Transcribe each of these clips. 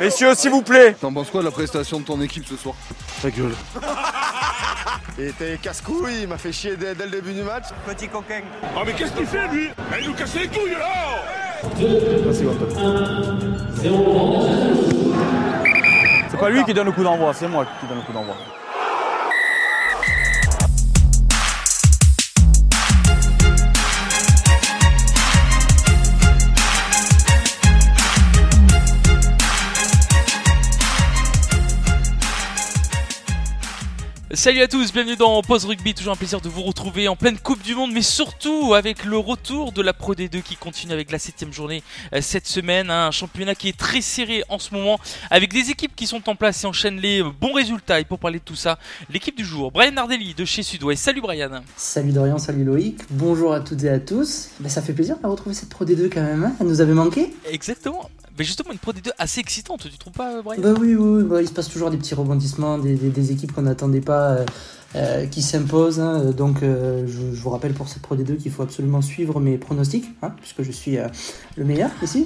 Messieurs, s'il vous plaît. T'en penses quoi de la prestation de ton équipe ce soir? Ta gueule. Il était casse-couille, il m'a fait chier dès le début du match. Petit coquin. Oh mais qu'est-ce qu'il fait lui? Il nous casse les couilles là. Merci, c'est pas lui qui donne le coup d'envoi, c'est moi qui donne le coup d'envoi. Salut à tous, bienvenue dans Pause Rugby, toujours un plaisir de vous retrouver en pleine Coupe du Monde, mais surtout avec le retour de la Pro D2 qui continue avec la 7ème journée cette semaine, un championnat qui est très serré en ce moment, avec des équipes qui sont en place et enchaînent les bons résultats. Et pour parler de tout ça, l'équipe du jour, Brian Nardelli de chez Sud-Ouest. Salut Brian. Salut Dorian, salut Loïc, bonjour à toutes et à tous. Ça fait plaisir de retrouver cette Pro D2 quand même, hein, elle nous avait manqué. Exactement. Mais justement une Pro D2 assez excitante, tu trouves pas Brian? Oui, il se passe toujours des petits rebondissements, des équipes qu'on n'attendait pas qui s'imposent, hein. Donc je vous rappelle pour cette Pro D2 qu'il faut absolument suivre mes pronostics, hein, puisque je suis le meilleur ici,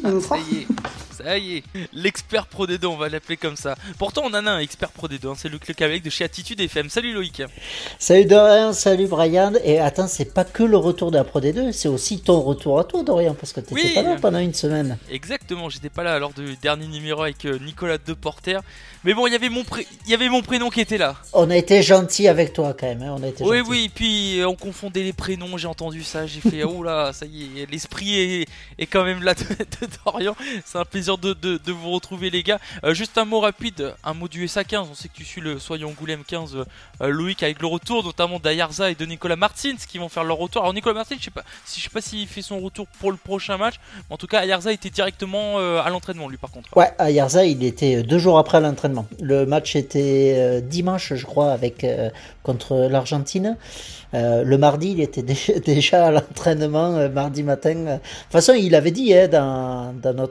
Ça y est, l'expert Pro D2, on va l'appeler comme ça. Pourtant on en a un expert Pro D2, hein, c'est Luc Lecavec de chez Attitude FM. Salut Loïc. Salut Dorian, salut Brian. Et attends, c'est pas que le retour de la Pro D2, c'est aussi ton retour à toi Dorian, parce que t'étais pas là pendant une semaine. Exactement, j'étais pas là lors du dernier numéro avec Nicolas Deporter. Mais bon, il y avait mon prénom qui était là. On a été gentil avec toi quand même, hein. Oui, puis on confondait les prénoms, j'ai entendu ça, j'ai fait oh là, ça y est, l'esprit est quand même là de Dorian. C'est un plaisir de vous retrouver les gars. Juste un mot rapide, un mot du SA 15, on sait que tu suis le Soyons Angoulême 15 Loïc, avec le retour notamment d'Ayarza et de Nicolas Martins qui vont faire leur retour. Alors Nicolas Martins, je sais pas s'il fait son retour pour le prochain match, mais en tout cas Ayarza était directement à l'entraînement lui par contre. Ouais, Ayarza il était 2 jours après l'entraînement. Le match était dimanche je crois contre l'Argentine. Le mardi il était déjà à l'entraînement mardi matin. De toute façon il avait dit dans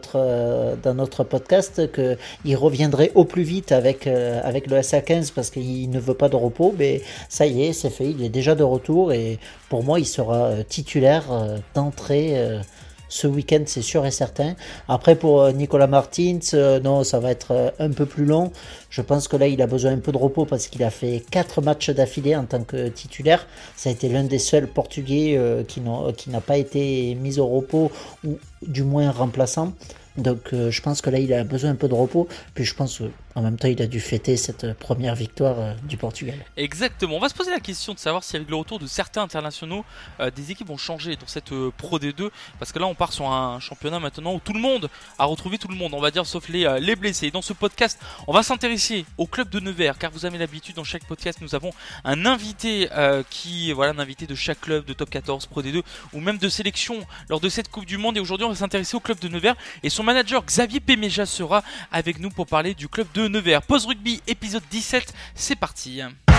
notre podcast qu'il reviendrait au plus vite avec le SA15 parce qu'il ne veut pas de repos, mais ça y est, c'est fait, il est déjà de retour et pour moi il sera titulaire d'entrée ce week-end, c'est sûr et certain. Après pour Nicolas Martins, non, ça va être un peu plus long. Je pense que là il a besoin un peu de repos parce qu'il a fait 4 matchs d'affilée en tant que titulaire. Ça a été l'un des seuls Portugais qui n'a pas été mis au repos ou du moins remplaçant. Donc je pense que là il a besoin un peu de repos. Puis je pense qu'en même temps il a dû fêter cette première victoire du Portugal. Exactement, on va se poser la question de savoir si avec le retour de certains internationaux des équipes vont changer dans cette Pro D2. Parce que là on part sur un championnat maintenant où tout le monde a retrouvé tout le monde, on va dire sauf les blessés. Et dans ce podcast on va s'intéresser au club de Nevers, car vous avez l'habitude dans chaque podcast nous avons un invité un invité de chaque club de top 14 Pro D2 ou même de sélection lors de cette Coupe du Monde. Et aujourd'hui on va s'intéresser au club de Nevers et son manager Xavier Péméja sera avec nous pour parler du club de Nevers. Pause Rugby épisode 17, c'est parti.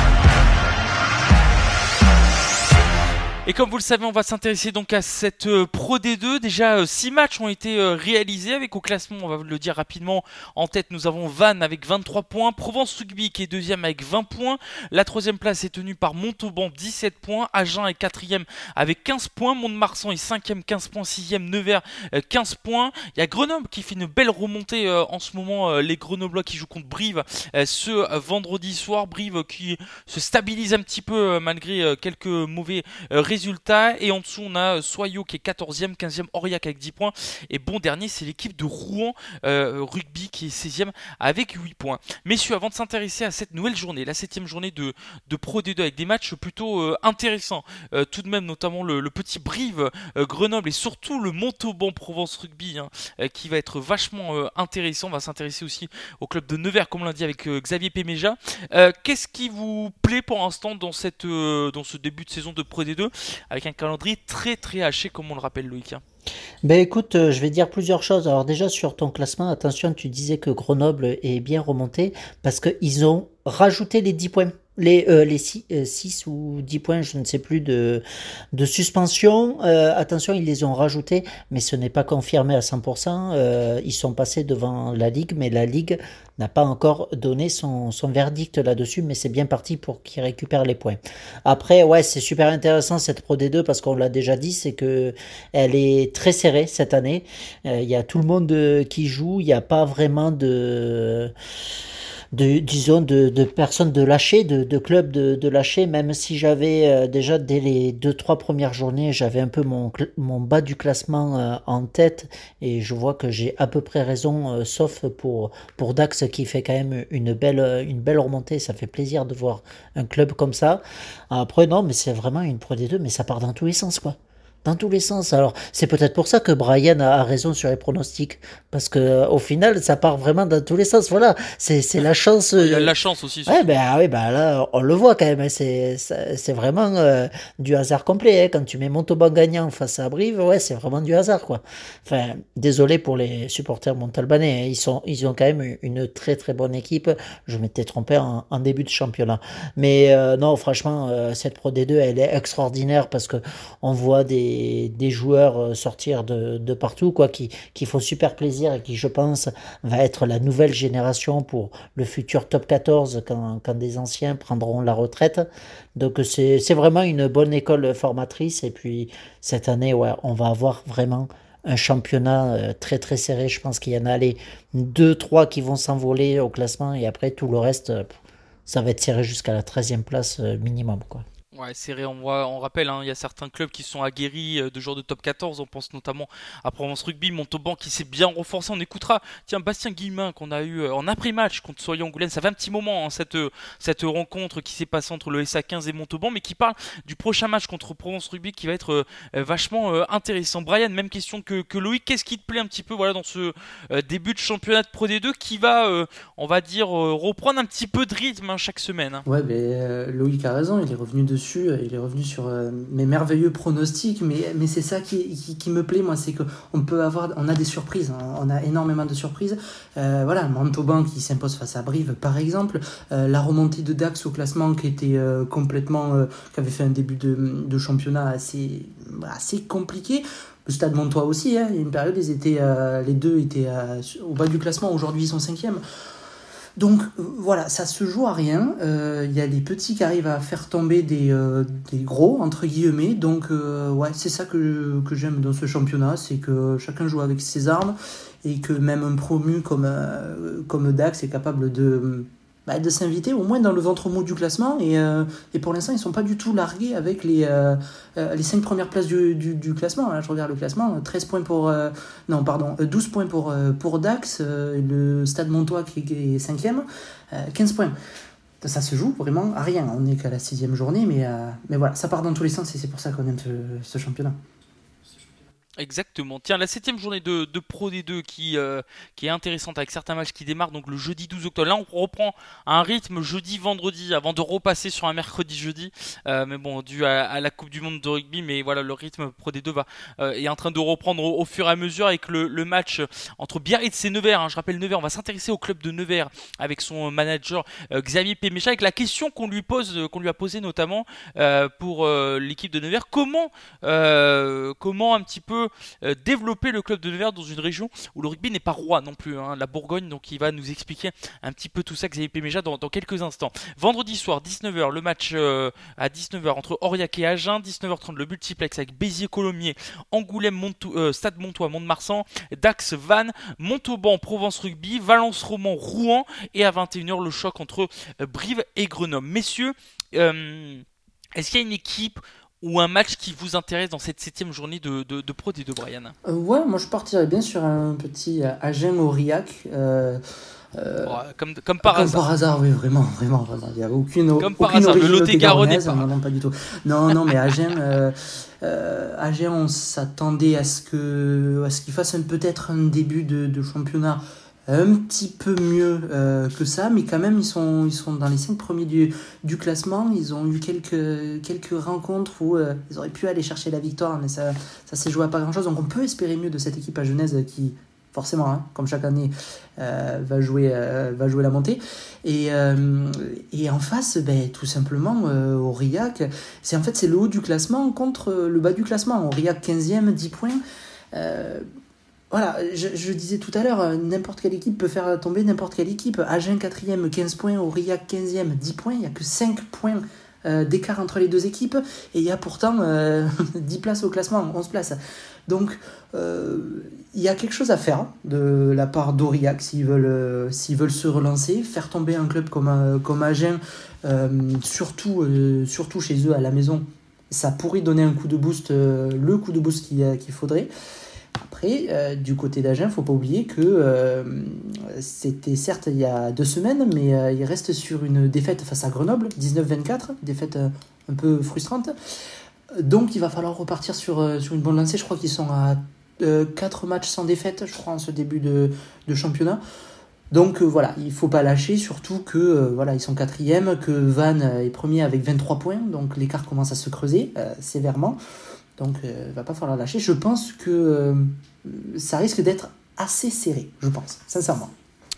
Et comme vous le savez, on va s'intéresser donc à cette Pro D2. Déjà 6 matchs ont été réalisés avec au classement, on va le dire rapidement. En tête, nous avons Vannes avec 23 points, Provence Rugby qui est deuxième avec 20 points. La troisième place est tenue par Montauban, 17 points. Agen est quatrième avec 15 points. Mont-de-Marsan est cinquième, 15 points. Sixième, Nevers, 15 points. Il y a Grenoble qui fait une belle remontée en ce moment. Les Grenoblois qui jouent contre Brive ce vendredi soir. Brive qui se stabilise un petit peu malgré quelques mauvais résultats. Et en dessous on a Soyaux qui est 14e, 15e, Aurillac avec 10 points et bon dernier c'est l'équipe de Rouen Rugby qui est 16e avec 8 points. Messieurs, avant de s'intéresser à cette nouvelle journée, la 7ème journée de Pro D2 avec des matchs plutôt intéressants, tout de même notamment le petit Brive Grenoble et surtout le Montauban Provence Rugby qui va être vachement intéressant. On va s'intéresser aussi au club de Nevers comme on l'a dit avec Xavier Péméja. Qu'est-ce qui vous plaît pour l'instant dans ce début de saison de Pro D2 avec un calendrier très très haché comme on le rappelle Loïc? Ben écoute, je vais dire plusieurs choses. Alors déjà sur ton classement, attention, tu disais que Grenoble est bien remonté parce qu'ils ont rajouté les 10 points. les 6 ou 10 points, je ne sais plus, de suspension. Attention, ils les ont rajoutés, mais ce n'est pas confirmé à 100%. Ils sont passés devant la Ligue, mais la Ligue n'a pas encore donné son verdict là-dessus, mais c'est bien parti pour qu'ils récupèrent les points. Après, ouais, c'est super intéressant cette Pro D2 parce qu'on l'a déjà dit, c'est que elle est très serrée cette année. Il y a tout le monde qui joue, il n'y a pas vraiment disons de personnes de lâcher, de clubs de lâcher, même si j'avais déjà dès les 2-3 premières journées, j'avais un peu mon bas du classement en tête, et je vois que j'ai à peu près raison, sauf pour Dax qui fait quand même une belle remontée. Ça fait plaisir de voir un club comme ça. Après non, mais c'est vraiment une Pro D2, mais ça part dans tous les sens, quoi. Dans tous les sens. Alors, c'est peut-être pour ça que Brian a raison sur les pronostics. Parce que au final, ça part vraiment dans tous les sens. Voilà. C'est la chance. Il y a la chance aussi. Ouais, là, on le voit quand même. C'est vraiment du hasard complet. Hein. Quand tu mets Montauban gagnant face à Brive, ouais, c'est vraiment du hasard, quoi. Enfin, désolé pour les supporters montalbanais. Hein. Ils ont quand même une très très bonne équipe. Je m'étais trompé en début de championnat. Mais non, franchement, cette Pro D2, elle est extraordinaire parce que on voit des joueurs sortir de partout, quoi, qui font super plaisir et qui, je pense, va être la nouvelle génération pour le futur top 14 quand des anciens prendront la retraite. Donc c'est vraiment une bonne école formatrice. Et puis cette année, ouais, on va avoir vraiment un championnat très très serré. Je pense qu'il y en a les 2-3 qui vont s'envoler au classement, et après tout le reste, ça va être serré jusqu'à la 13e place minimum, quoi. Ouais, serré, on rappelle, hein, il y a certains clubs qui sont aguerris de joueurs de top 14, on pense notamment à Provence Rugby, Montauban qui s'est bien renforcé. On écoutera, tiens, Bastien Guillemin qu'on a eu en après-match contre Soyons-Angoulême. Ça fait un petit moment, hein, cette rencontre qui s'est passée entre le SA15 et Montauban, mais qui parle du prochain match contre Provence Rugby qui va être vachement intéressant. Brian, même question que Loïc, qu'est-ce qui te plaît un petit peu, voilà, dans ce début de championnat de Pro D2 qui va, on va dire, reprendre un petit peu de rythme, hein, chaque semaine, hein. Ouais, Loïc a raison, il est revenu dessus, il est revenu sur mes merveilleux pronostics, mais c'est ça qui me plaît, moi, c'est on a des surprises, hein, on a énormément de surprises. Voilà, Montauban qui s'impose face à Brive, par exemple, la remontée de Dax au classement qui était qui avait fait un début de championnat assez compliqué. Le Stade Montois aussi, hein, il y a une période, les deux étaient au bas du classement, aujourd'hui ils sont 5e. Donc voilà, ça se joue à rien. Y a des petits qui arrivent à faire tomber des gros, entre guillemets. Donc ouais, c'est ça que j'aime dans ce championnat, c'est que chacun joue avec ses armes et que même un promu comme Dax est capable de s'inviter au moins dans le ventre mou du classement. Et pour l'instant, ils sont pas du tout largués avec les 5 premières places du classement. Là, je regarde le classement, 12 points pour Dax, le Stade Montois qui est 5e, 15 points. Ça se joue vraiment à rien. On n'est qu'à la 6e journée, mais voilà, ça part dans tous les sens et c'est pour ça qu'on aime ce championnat. Exactement. Tiens, la 7e journée de Pro D2 qui est intéressante avec certains matchs qui démarrent donc le jeudi 12 octobre. Là, on reprend un rythme jeudi-vendredi avant de repasser sur un mercredi-jeudi. Mais bon, dû à la Coupe du Monde de rugby, mais voilà, le rythme Pro D2 est en train de reprendre au fur et à mesure avec le match entre Biarritz et Nevers. Hein. Je rappelle Nevers, on va s'intéresser au club de Nevers avec son manager Xavier Pémécha, avec la question qu'on lui a posée notamment pour l'équipe de Nevers. Comment un petit peu développer le club de Nevers dans une région où le rugby n'est pas roi non plus, hein, la Bourgogne. Donc il va nous expliquer un petit peu tout ça, Xavier Péméja, dans quelques instants. Vendredi soir 19h, le match à 19h entre Aurillac et Agen, 19h30 le multiplex avec Béziers-Colomiers, Angoulême, Stade Montois, Mont-de-Marsan, Dax, Vannes, Montauban, Provence Rugby, Valence Roman, Rouen, et à 21h le choc entre Brive et Grenoble. Messieurs, est-ce qu'il y a une équipe ou un match qui vous intéresse dans cette 7e journée de Pro D2, Brian? Ouais, moi je partirais bien sur un petit Agen-Aurillac. Comme par hasard. Comme par hasard, oui, vraiment. Il n'y a aucune hasard, le Lot-et-Garonne pas. Non, pas du tout. Non, mais Agen, on s'attendait à ce qu'il fasse peut-être un début de championnat un petit peu mieux que ça, mais quand même ils sont dans les 5 premiers du classement. Ils ont eu quelques rencontres où ils auraient pu aller chercher la victoire, mais ça s'est joué à pas grand chose. Donc on peut espérer mieux de cette équipe agenaise qui forcément, hein, comme chaque année, va jouer la montée. Et en face, tout simplement, Aurillac, c'est le haut du classement contre le bas du classement. Aurillac 15e, 10 points. Voilà, je disais tout à l'heure, n'importe quelle équipe peut faire tomber n'importe quelle équipe. Agen 4e, 15 points, Aurillac 15e, 10 points. Il n'y a que 5 points d'écart entre les deux équipes. Et il y a pourtant 10 places au classement, 11 places. Donc, il y a quelque chose à faire de la part d'Aurillac s'ils veulent se relancer. Faire tomber un club comme Agen, surtout chez eux à la maison, ça pourrait donner un coup de boost, le coup de boost qu'il faudrait. Après, du côté d'Agen, il ne faut pas oublier que c'était certes il y a 2 semaines, mais il reste sur une défaite face à Grenoble, 19-24, défaite un peu frustrante. Donc il va falloir repartir sur une bonne lancée. Je crois qu'ils sont à 4 matchs sans défaite, je crois, en ce début de championnat. Donc voilà, il ne faut pas lâcher, surtout que ils sont 4e, que Vannes est premier avec 23 points, donc l'écart commence à se creuser sévèrement. Donc, il ne va pas falloir lâcher. Je pense que ça risque d'être assez serré, je pense, sincèrement.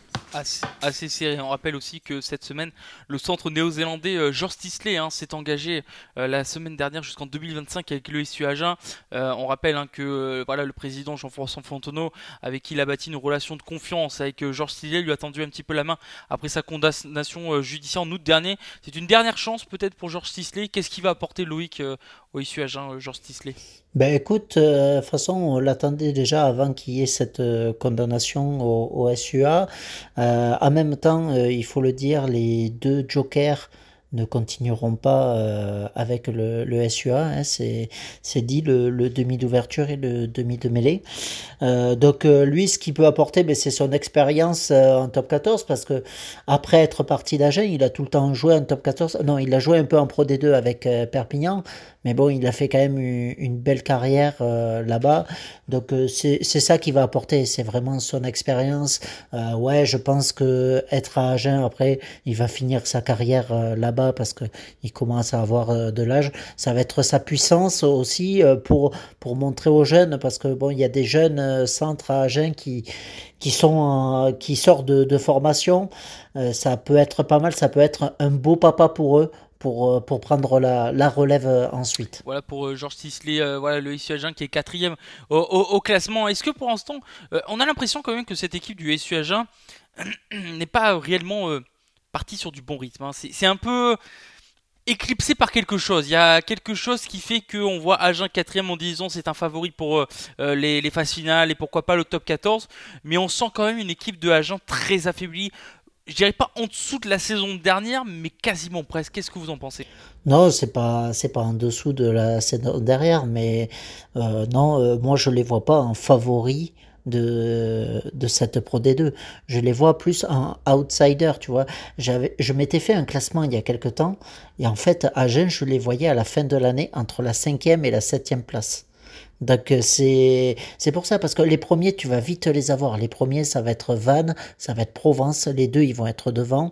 Assez serré. On rappelle aussi que cette semaine, le centre néo-zélandais George Tisley s'est engagé la semaine dernière jusqu'en 2025 avec le SU Agen. On rappelle que le président Jean-François Fontenot, avec qui il a bâti une relation de confiance avec George Tisley, lui a tendu un petit peu la main après sa condamnation judiciaire en août dernier. C'est une dernière chance peut-être pour George Tisley. Qu'est-ce qu'il va apporter, Loïc, au SU Agen, George Tisley? Écoute, de toute façon, on l'attendait déjà avant qu'il y ait cette condamnation au SUA. En même temps, il faut le dire, les 2 jokers ne continueront pas avec le SUA. Hein, c'est dit, le demi d'ouverture et le demi de mêlée. Donc lui, ce qu'il peut apporter, c'est son expérience en top 14, parce que après être parti d'Agen, il a tout le temps joué en top 14. Non, il a joué un peu en Pro D2 avec Perpignan, mais bon, il a fait quand même une belle carrière là-bas. Donc c'est ça qu'il va apporter, c'est vraiment son expérience. Je pense que être à Agen, après, il va finir sa carrière là-bas parce que il commence à avoir de l'âge. Ça va être sa puissance aussi pour montrer aux jeunes, parce que bon, il y a des jeunes centres à Agen qui sortent de formation. Ça peut être pas mal, ça peut être un beau papa pour eux, pour prendre la relève ensuite. Voilà pour George Tisley, le SU Agen qui est 4e au classement. Est-ce que pour l'instant, on a l'impression quand même que cette équipe du SU Agen n'est pas réellement partie sur du bon rythme, C'est un peu éclipsé par quelque chose. Il y a quelque chose qui fait qu'on voit Agen 4e en disant c'est un favori pour les phases finales et pourquoi pas le top 14. Mais on sent quand même une équipe de Agen très affaiblie. Je dirais pas en dessous de la saison dernière, mais quasiment presque. Qu'est-ce que vous en pensez? Non, c'est pas en dessous de la saison dernière, mais moi je les vois pas en favoris de cette Pro D2. Je les vois plus en outsider, tu vois. Je m'étais fait un classement il y a quelque temps, et en fait, Agen, je les voyais à la fin de l'année entre la 5e et la 7e place. Donc c'est pour ça, parce que les premiers, tu vas vite les avoir. Les premiers, ça va être Vannes, ça va être Provence, les 2 ils vont être devant.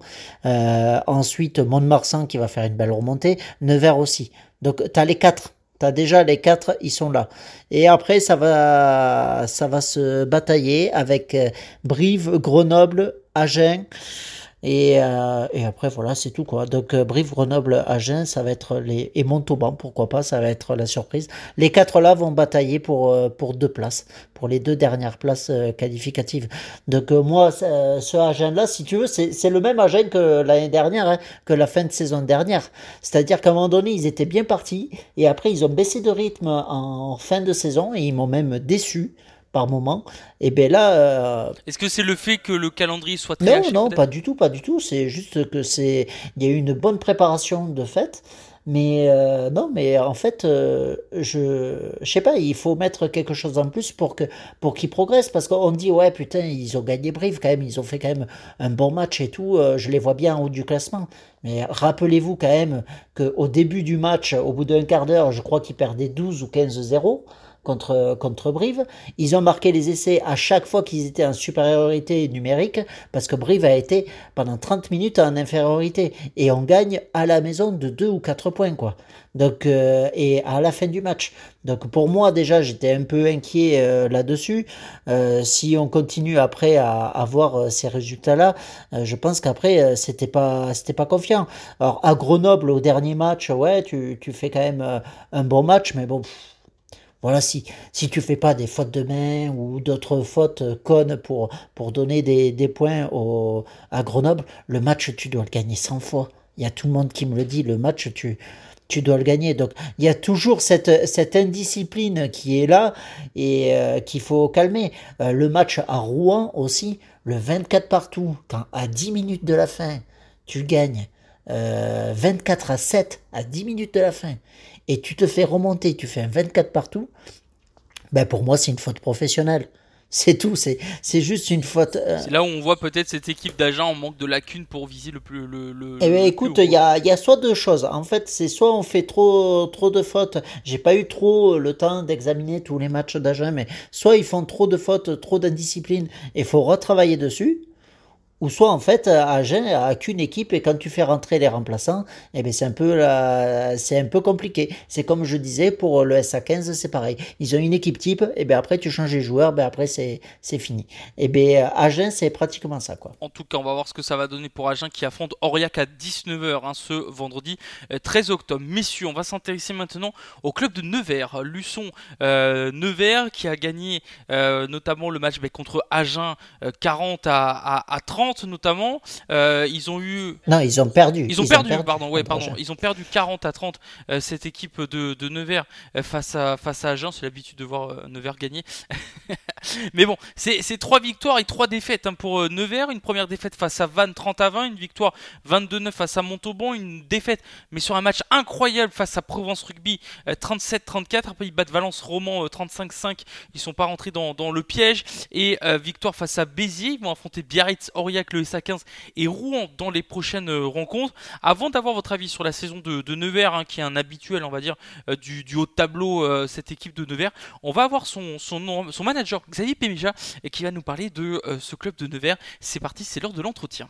Ensuite Mont-de-Marsan qui va faire une belle remontée, Nevers aussi. Donc t'as les 4. T'as déjà les 4, ils sont là. Et après, ça va se batailler avec Brive, Grenoble, Agen. Et après, voilà, c'est tout, quoi. Donc, Brive, Grenoble, Agen, ça va être et Montauban, pourquoi pas, ça va être la surprise. Les 4 là vont batailler pour 2 places, pour les 2 dernières places qualificatives. Donc, moi, ce Agen-là, si tu veux, c'est le même Agen que l'année dernière, hein, que la fin de saison dernière. C'est-à-dire qu'à un moment donné, ils étaient bien partis, et après, ils ont baissé de rythme en fin de saison, et ils m'ont même déçu par moment. Et bien là, est-ce que c'est le fait que le calendrier soit très haché? Non, pas du tout. C'est juste que il y a eu une bonne préparation de fait. Mais non, mais en fait, je sais pas, il faut mettre quelque chose en plus pour qu'ils progressent, parce qu'on dit ouais putain, ils ont gagné Brive quand même, ils ont fait quand même un bon match et tout, je les vois bien en haut du classement. Mais rappelez-vous quand même qu'au début du match, au bout d'un quart d'heure, je crois qu'ils perdaient 12 ou 15-0. contre Brive. Ils ont marqué les essais à chaque fois qu'ils étaient en supériorité numérique, parce que Brive a été pendant 30 minutes en infériorité. Et on gagne à la maison de 2 ou 4 points, quoi. Donc, et à la fin du match. Donc pour moi déjà j'étais un peu inquiet là-dessus. Si on continue après à avoir ces résultats-là, je pense qu'après c'était pas confiant. Alors à Grenoble au dernier match, ouais, tu fais quand même un bon match, mais bon, voilà, si tu fais pas des fautes de main ou d'autres fautes connes pour donner des points à Grenoble, le match tu dois le gagner 100 fois. Il y a tout le monde qui me le dit, le match tu dois le gagner. Donc il y a toujours cette indiscipline qui est là et qu'il faut calmer. Le match à Rouen aussi, le 24 partout, quand à 10 minutes de la fin, tu gagnes 24-7 à 10 minutes de la fin et tu te fais remonter, tu fais un 24 partout, ben pour moi c'est une faute professionnelle. C'est tout, c'est juste une faute. C'est là où on voit peut-être cette équipe d'agents en manque de lacunes pour viser le plus Eh bien, le plus écoute, haut, il y quoi. a, il y a soit deux choses. En fait, c'est soit on fait trop de fautes. J'ai pas eu trop le temps d'examiner tous les matchs d'Agen, mais soit ils font trop de fautes, trop d'indiscipline, et il faut retravailler dessus. Ou soit en fait, Agen a qu'une équipe et quand tu fais rentrer les remplaçants, eh ben c'est un peu compliqué. C'est comme je disais pour le SA15, c'est pareil. Ils ont une équipe type, et ben après tu changes les joueurs, ben après c'est fini. Et ben Agen c'est pratiquement ça quoi. En tout cas, on va voir ce que ça va donner pour Agen qui affronte Aurillac à 19h ce vendredi 13 octobre. Messieurs, on va s'intéresser maintenant au club de Nevers. Luçon Nevers qui a gagné notamment le match contre Agen 40 à 30 notamment. Ils ont eu Non, ils ont perdu. Ils ont perdu, pardon. contre Agen. Ils ont perdu 40 à 30 cette équipe de Nevers face à Agen. C'est l'habitude de voir Nevers gagner. Mais bon, c'est 3 victoires et 3 défaites pour Nevers. Une première défaite face à Vannes 30 à 20, une victoire 22-9 face à Montauban, une défaite mais sur un match incroyable face à Provence Rugby 37-34. Après ils battent Valence Roman 35-5. Ils sont pas rentrés dans le piège. Et victoire face à Béziers. Ils vont affronter Biarritz, Aurillac, le SA15 et Rouen dans les prochaines rencontres. Avant d'avoir votre avis sur la saison de Nevers, qui est un habituel, on va dire, du haut de tableau, cette équipe de Nevers, on va avoir son manager Xavier Péméja et qui va nous parler de ce club de Nevers. C'est parti, c'est l'heure de l'entretien.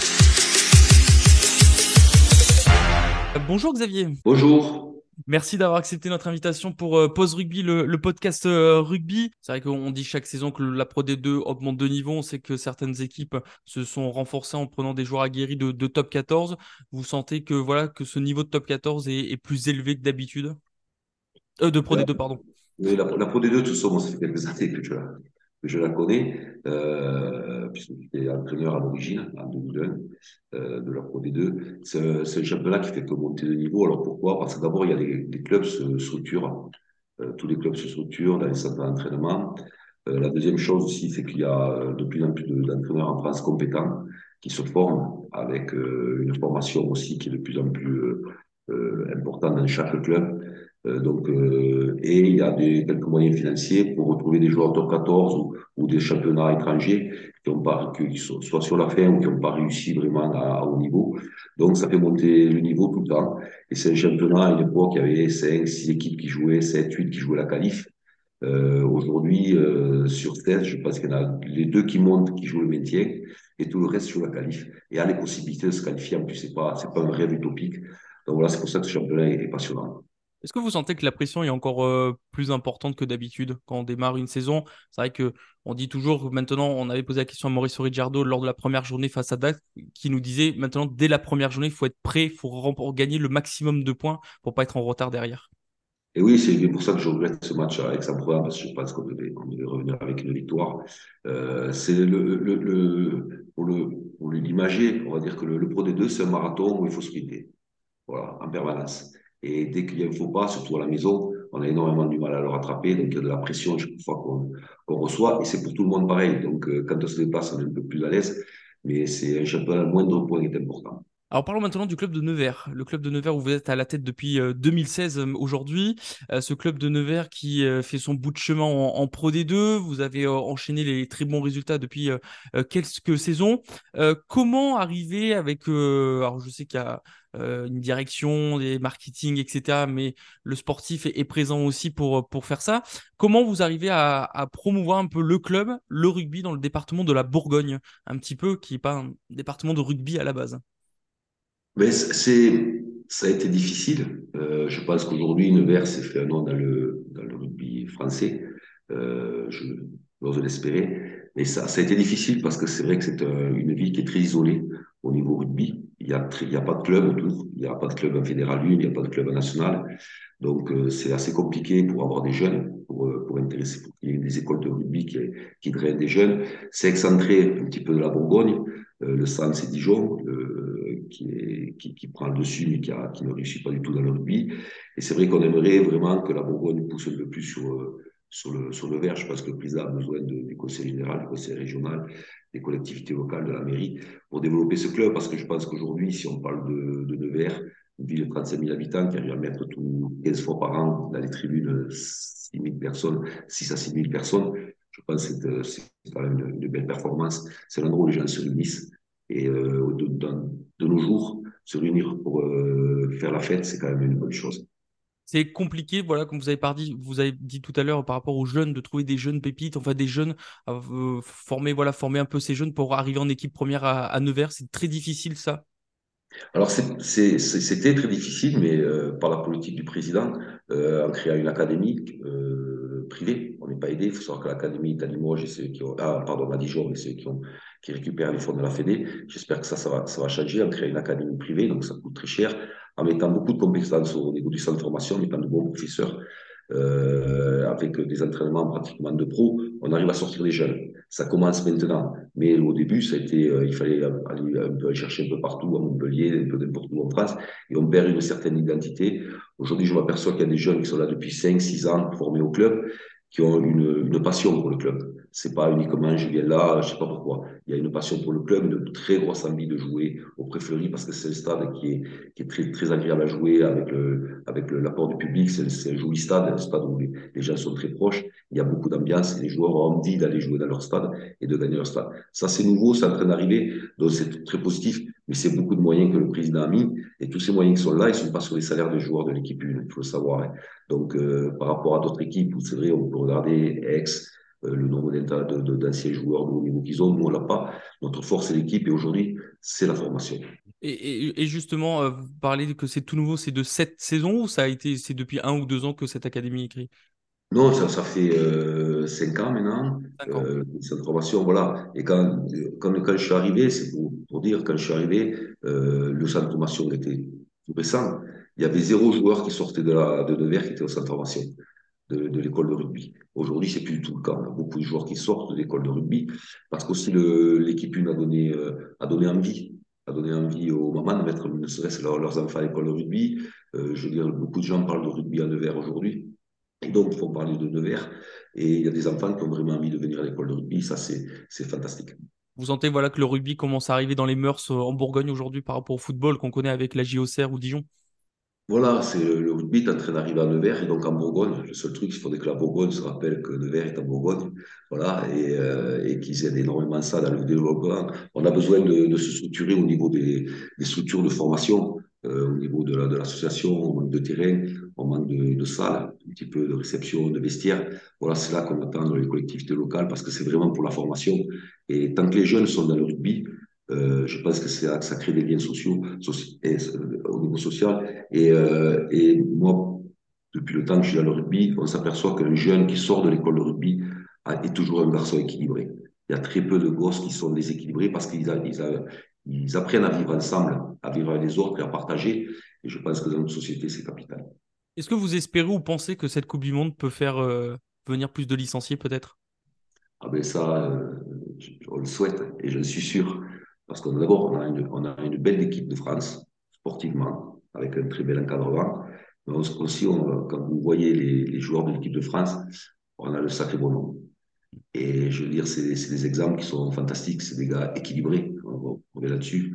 Bonjour Xavier. Bonjour. Merci d'avoir accepté notre invitation pour Pause Rugby, le podcast rugby. C'est vrai qu'on dit chaque saison que la Pro D2 augmente de niveau. On sait que certaines équipes se sont renforcées en prenant des joueurs aguerris de top 14. Vous sentez que, voilà, que ce niveau de top 14 est plus élevé que d'habitude de Pro D2, pardon. Oui, la Pro D2, tout ça, moi, ça fait quelques années que je la connais, puisque j'étais entraîneur à l'origine, en 2001, de la Pro D2. C'est un championnat qui fait que monter de niveau. Alors pourquoi? Parce que d'abord, il y a des clubs se structurent. Tous les clubs se structurent dans les centres d'entraînement. La deuxième chose aussi, c'est qu'il y a de plus en plus d'entraîneurs en France compétents qui se forment avec une formation aussi qui est de plus en plus importante dans chaque club. Et il y a quelques moyens financiers pour retrouver des joueurs top 14 ou des championnats étrangers qui sont soit sur la fin ou qui n'ont pas réussi vraiment à haut niveau. Donc, ça fait monter le niveau tout le temps. Et c'est un championnat, à une époque, il y avait 5, 6 équipes qui jouaient, 7, 8 qui jouaient la qualif. Aujourd'hui, sur 16, je pense qu'il y en a les 2 qui montent, qui jouent le maintien, et tout le reste joue la qualif. Et a les possibilités de se qualifier. En plus, c'est pas un rêve utopique. Donc voilà, c'est pour ça que ce championnat est passionnant. Est-ce que vous sentez que la pression est encore plus importante que d'habitude quand on démarre une saison? C'est vrai que on dit toujours, maintenant, on avait posé la question à Maurice Ricciardo lors de la première journée face à Dax, qui nous disait maintenant, dès la première journée, il faut être prêt, il faut gagner le maximum de points pour pas être en retard derrière. Et oui, c'est pour ça que je regrette ce match avec Saint-Proin, parce que je pense qu'on devait revenir avec une victoire. C'est pour l'imager, on va dire que le Pro D2, c'est un marathon où il faut sprinter. Voilà, en permanence. Et dès qu'il y a un faux pas, surtout à la maison, on a énormément du mal à le rattraper. Donc, il y a de la pression chaque fois qu'on reçoit. Et c'est pour tout le monde pareil. Donc, quand on se déplace, on est un peu plus à l'aise. Mais c'est un championnat, le moindre point est important. Alors parlons maintenant du club de Nevers. Le club de Nevers où vous êtes à la tête depuis 2016 aujourd'hui. Ce club de Nevers qui fait son bout de chemin en Pro D2. Vous avez enchaîné les très bons résultats depuis quelques saisons. Comment arriver avec... alors je sais qu'il y a une direction, des marketing, etc. Mais le sportif est présent aussi pour faire ça. Comment vous arrivez à promouvoir un peu le club, le rugby dans le département de la Bourgogne, un petit peu, qui n'est pas un département de rugby à la base? Mais ça a été difficile. Je pense qu'aujourd'hui, Nevers s'est fait un nom dans le rugby français. Je n'ose l'espérer. Mais ça a été difficile parce que c'est vrai que c'est une ville qui est très isolée au niveau rugby. Il y a pas de club autour. Il n'y a pas de club en fédéral 1, il n'y a pas de club en national. Donc, c'est assez compliqué pour avoir des jeunes, pour intéresser, pour qu'il y ait des écoles de rugby qui drainent des jeunes. C'est excentré un petit peu de la Bourgogne. Le centre, c'est Dijon, qui prend le dessus, mais qui ne réussit pas du tout dans le rugby. Et c'est vrai qu'on aimerait vraiment que la Bourgogne pousse un peu plus sur le vert. Je pense que le président a besoin du conseil général, du conseil régional, des collectivités locales, de la mairie, pour développer ce club. Parce que je pense qu'aujourd'hui, si on parle de Nevers, une ville de 35 000 habitants qui arrive à mettre tout 15 fois par an dans les tribunes 6 000 personnes, 6 à 6 000 personnes, je pense que c'est quand même une belle performance. C'est l'endroit où les gens se réunissent. Et de nos jours, se réunir pour faire la fête, c'est quand même une bonne chose. C'est compliqué, voilà, comme vous avez dit tout à l'heure par rapport aux jeunes, de trouver des jeunes pépites, enfin des jeunes, former un peu ces jeunes pour arriver en équipe première à Nevers. C'est très difficile ça. Alors, c'était très difficile, mais par la politique du président, en créant une académie privée, on n'est pas aidé. Il faut savoir que l'académie est à Limoges et ceux qui ont, pardon, à Dijon et ceux qui récupèrent les fonds de la Fédé. J'espère que ça va changer en créant une académie privée, donc ça coûte très cher, en mettant beaucoup de compétences au niveau du centre de formation, en mettant de bons professeurs, avec des entraînements pratiquement de pro, on arrive à sortir des jeunes. Ça commence maintenant. Mais au début, ça a été, il fallait aller chercher un peu partout, à Montpellier, un peu n'importe où en France, et on perd une certaine identité. Aujourd'hui, je m'aperçois qu'il y a des jeunes qui sont là depuis 5, 6 ans, formés au club, qui ont une passion pour le club. C'est pas uniquement je viens là, je sais pas pourquoi. Il y a une passion pour le club, une très grosse envie de jouer au Pré-Fleury parce que c'est un stade qui est très, très agréable à jouer avec l'apport du public. C'est un joli stade, un stade où les gens sont très proches. Il y a beaucoup d'ambiance et les joueurs ont envie d'aller jouer dans leur stade et de gagner leur stade. Ça, c'est nouveau, c'est en train d'arriver, donc c'est très positif, mais c'est beaucoup de moyens que le président a mis et tous ces moyens qui sont là, ils sont pas sur les salaires des joueurs de l'équipe 1, il faut le savoir. Hein. Donc, par rapport à d'autres équipes, c'est vrai, on peut regarder Aix, le nombre d'anciens joueurs de haut niveau qu'ils ont. Nous, on l'a pas. Notre force, c'est l'équipe et aujourd'hui, c'est la formation. Et justement, vous parlez que c'est tout nouveau, c'est de cette saison ou c'est depuis 1 ou 2 ans que cette académie est créée? Non, ça fait 5 ans maintenant, 5 ans. cette formation, voilà. Et quand je suis arrivé, c'est pour dire, quand je suis arrivé, le centre de formation était tout récent. Il y avait 0 joueur qui sortait de Nevers qui était au centre de formation de l'école de rugby. Aujourd'hui, c'est plus du tout le cas. On a beaucoup de joueurs qui sortent de l'école de rugby parce qu'aussi l'équipe 1 a donné envie. A donné envie aux mamans de mettre ne serait-ce leurs enfants à l'école de rugby. Je veux dire, beaucoup de gens parlent de rugby à Nevers aujourd'hui. Et donc, il faut parler de Nevers. Et il y a des enfants qui ont vraiment envie de venir à l'école de rugby. Ça, c'est fantastique. Vous sentez voilà, que le rugby commence à arriver dans les mœurs en Bourgogne aujourd'hui par rapport au football qu'on connaît avec la JOCR ou Dijon? Voilà, le rugby est en train d'arriver à Nevers et donc en Bourgogne. Le seul truc, il faudrait que la Bourgogne se rappelle que Nevers est en Bourgogne. Voilà, et qu'ils aident énormément ça dans le développement. On a besoin de se structurer au niveau des structures de formation, au niveau de l'association, on manque de terrain, on manque de salles, un petit peu de réception, de vestiaires. Voilà, c'est là qu'on attend dans les collectivités locales parce que c'est vraiment pour la formation. Et tant que les jeunes sont dans le rugby, je pense que c'est là que ça crée des liens sociaux, au niveau social. Et moi, depuis le temps que je suis dans le rugby, on s'aperçoit qu'un jeune qui sort de l'école de rugby est toujours un garçon équilibré. Il y a très peu de gosses qui sont déséquilibrés parce ils apprennent à vivre ensemble, à vivre avec les autres et à partager. Et je pense que dans notre société, c'est capital. Est-ce que vous espérez ou pensez que cette Coupe du Monde peut faire venir plus de licenciés peut-être? Ah ben ça, on le souhaite et je suis sûr. Parce que d'abord, on a une belle équipe de France, sportivement, avec un très bel encadrement. Mais aussi, quand vous voyez les joueurs de l'équipe de France, on a le sacré bonhomme. Et je veux dire, c'est des exemples qui sont fantastiques. C'est des gars équilibrés. On revient là-dessus.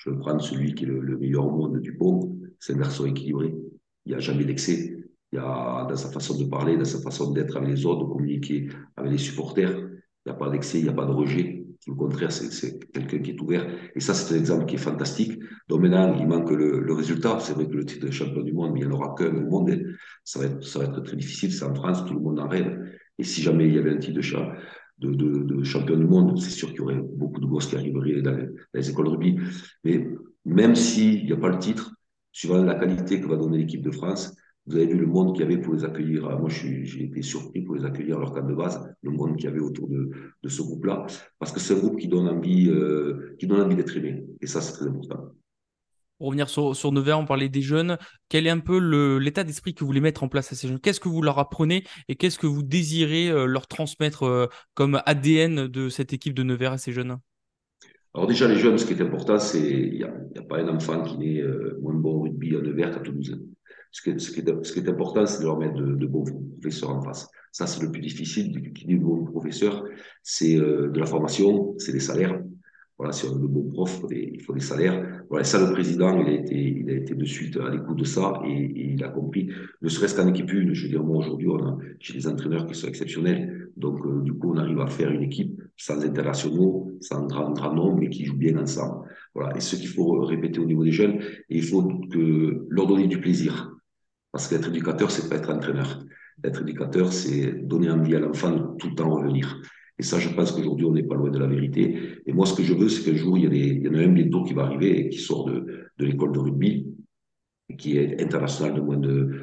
Je vais prendre celui qui est le meilleur au monde, Dupont. C'est un garçon équilibré. Il n'y a jamais d'excès. Il y a, dans sa façon de parler, dans sa façon d'être avec les autres, de communiquer avec les supporters, il n'y a pas d'excès, il n'y a pas de rejet. Au contraire, c'est quelqu'un qui est ouvert. Et ça, c'est un exemple qui est fantastique. Donc maintenant, il manque le résultat. C'est vrai que le titre de champion du monde, mais il n'y en aura qu'un au monde. Ça va être très difficile. C'est en France, tout le monde en rêve. Et si jamais il y avait un titre de champion du monde, c'est sûr qu'il y aurait beaucoup de gosses qui arriveraient dans les écoles de rugby. Mais même s'il n'y a pas le titre, suivant la qualité que va donner l'équipe de France, vous avez vu le monde qu'il y avait pour les accueillir. Moi, j'ai été surpris pour les accueillir à leur camp de base, le monde qu'il y avait autour de ce groupe-là, parce que c'est un groupe qui donne envie d'être aimé. Et ça, c'est très important. Pour revenir sur Nevers, on parlait des jeunes. Quel est un peu l'état d'esprit que vous voulez mettre en place à ces jeunes? Qu'est-ce que vous leur apprenez et qu'est-ce que vous désirez leur transmettre comme ADN de cette équipe de Nevers à ces jeunes? Alors déjà, les jeunes, ce qui est important, c'est il y a pas un enfant qui naît moins bon au rugby à Nevers qu'à Toulouse. Ce qui est important, c'est de leur mettre de bons professeurs en face. Ça, c'est le plus difficile. Qui dit de bons professeurs, c'est de la formation, c'est des salaires. Voilà, si on a de bons profs, il faut des salaires. Voilà, et ça, le président, il a été de suite à l'écoute de ça et il a compris. Ne serait-ce qu'en équipe une, je veux dire, moi, aujourd'hui, j'ai des entraîneurs qui sont exceptionnels. Donc, du coup, on arrive à faire une équipe sans internationaux, sans grand nombre, mais qui joue bien ensemble. Voilà. Et ce qu'il faut répéter au niveau des jeunes, et il faut leur donner du plaisir. Parce qu'être éducateur, c'est pas être entraîneur. Être éducateur, c'est donner envie à l'enfant de tout le temps revenir. Et ça, je pense qu'aujourd'hui, on n'est pas loin de la vérité. Et moi, ce que je veux, c'est qu'un jour, il y en a un bientôt qui va arriver et qui sort de l'école de rugby, et qui est international de moins de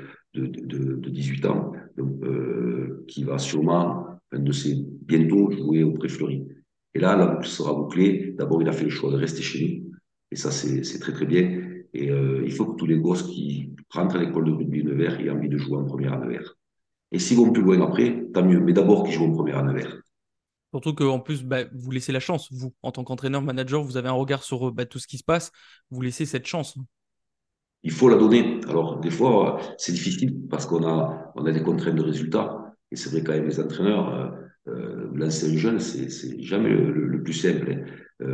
18 ans, donc, qui va sûrement, bientôt jouer au Pré-Fleury. Et là, la boucle sera bouclée. D'abord, il a fait le choix de rester chez nous. Et ça, c'est très, très bien. Et il faut que tous les gosses qui rentrent à l'école de rugby Nevers aient envie de jouer en première à Nevers. Et s'ils vont plus loin après, tant mieux. Mais d'abord qu'ils jouent en première à Nevers. Surtout qu'en plus, vous laissez la chance, vous, en tant qu'entraîneur, manager, vous avez un regard sur tout ce qui se passe, vous laissez cette chance. Il faut la donner. Alors, des fois, c'est difficile parce qu'on a des contraintes de résultats. Et c'est vrai quand même les entraîneurs, lancer un jeune, c'est jamais le plus simple.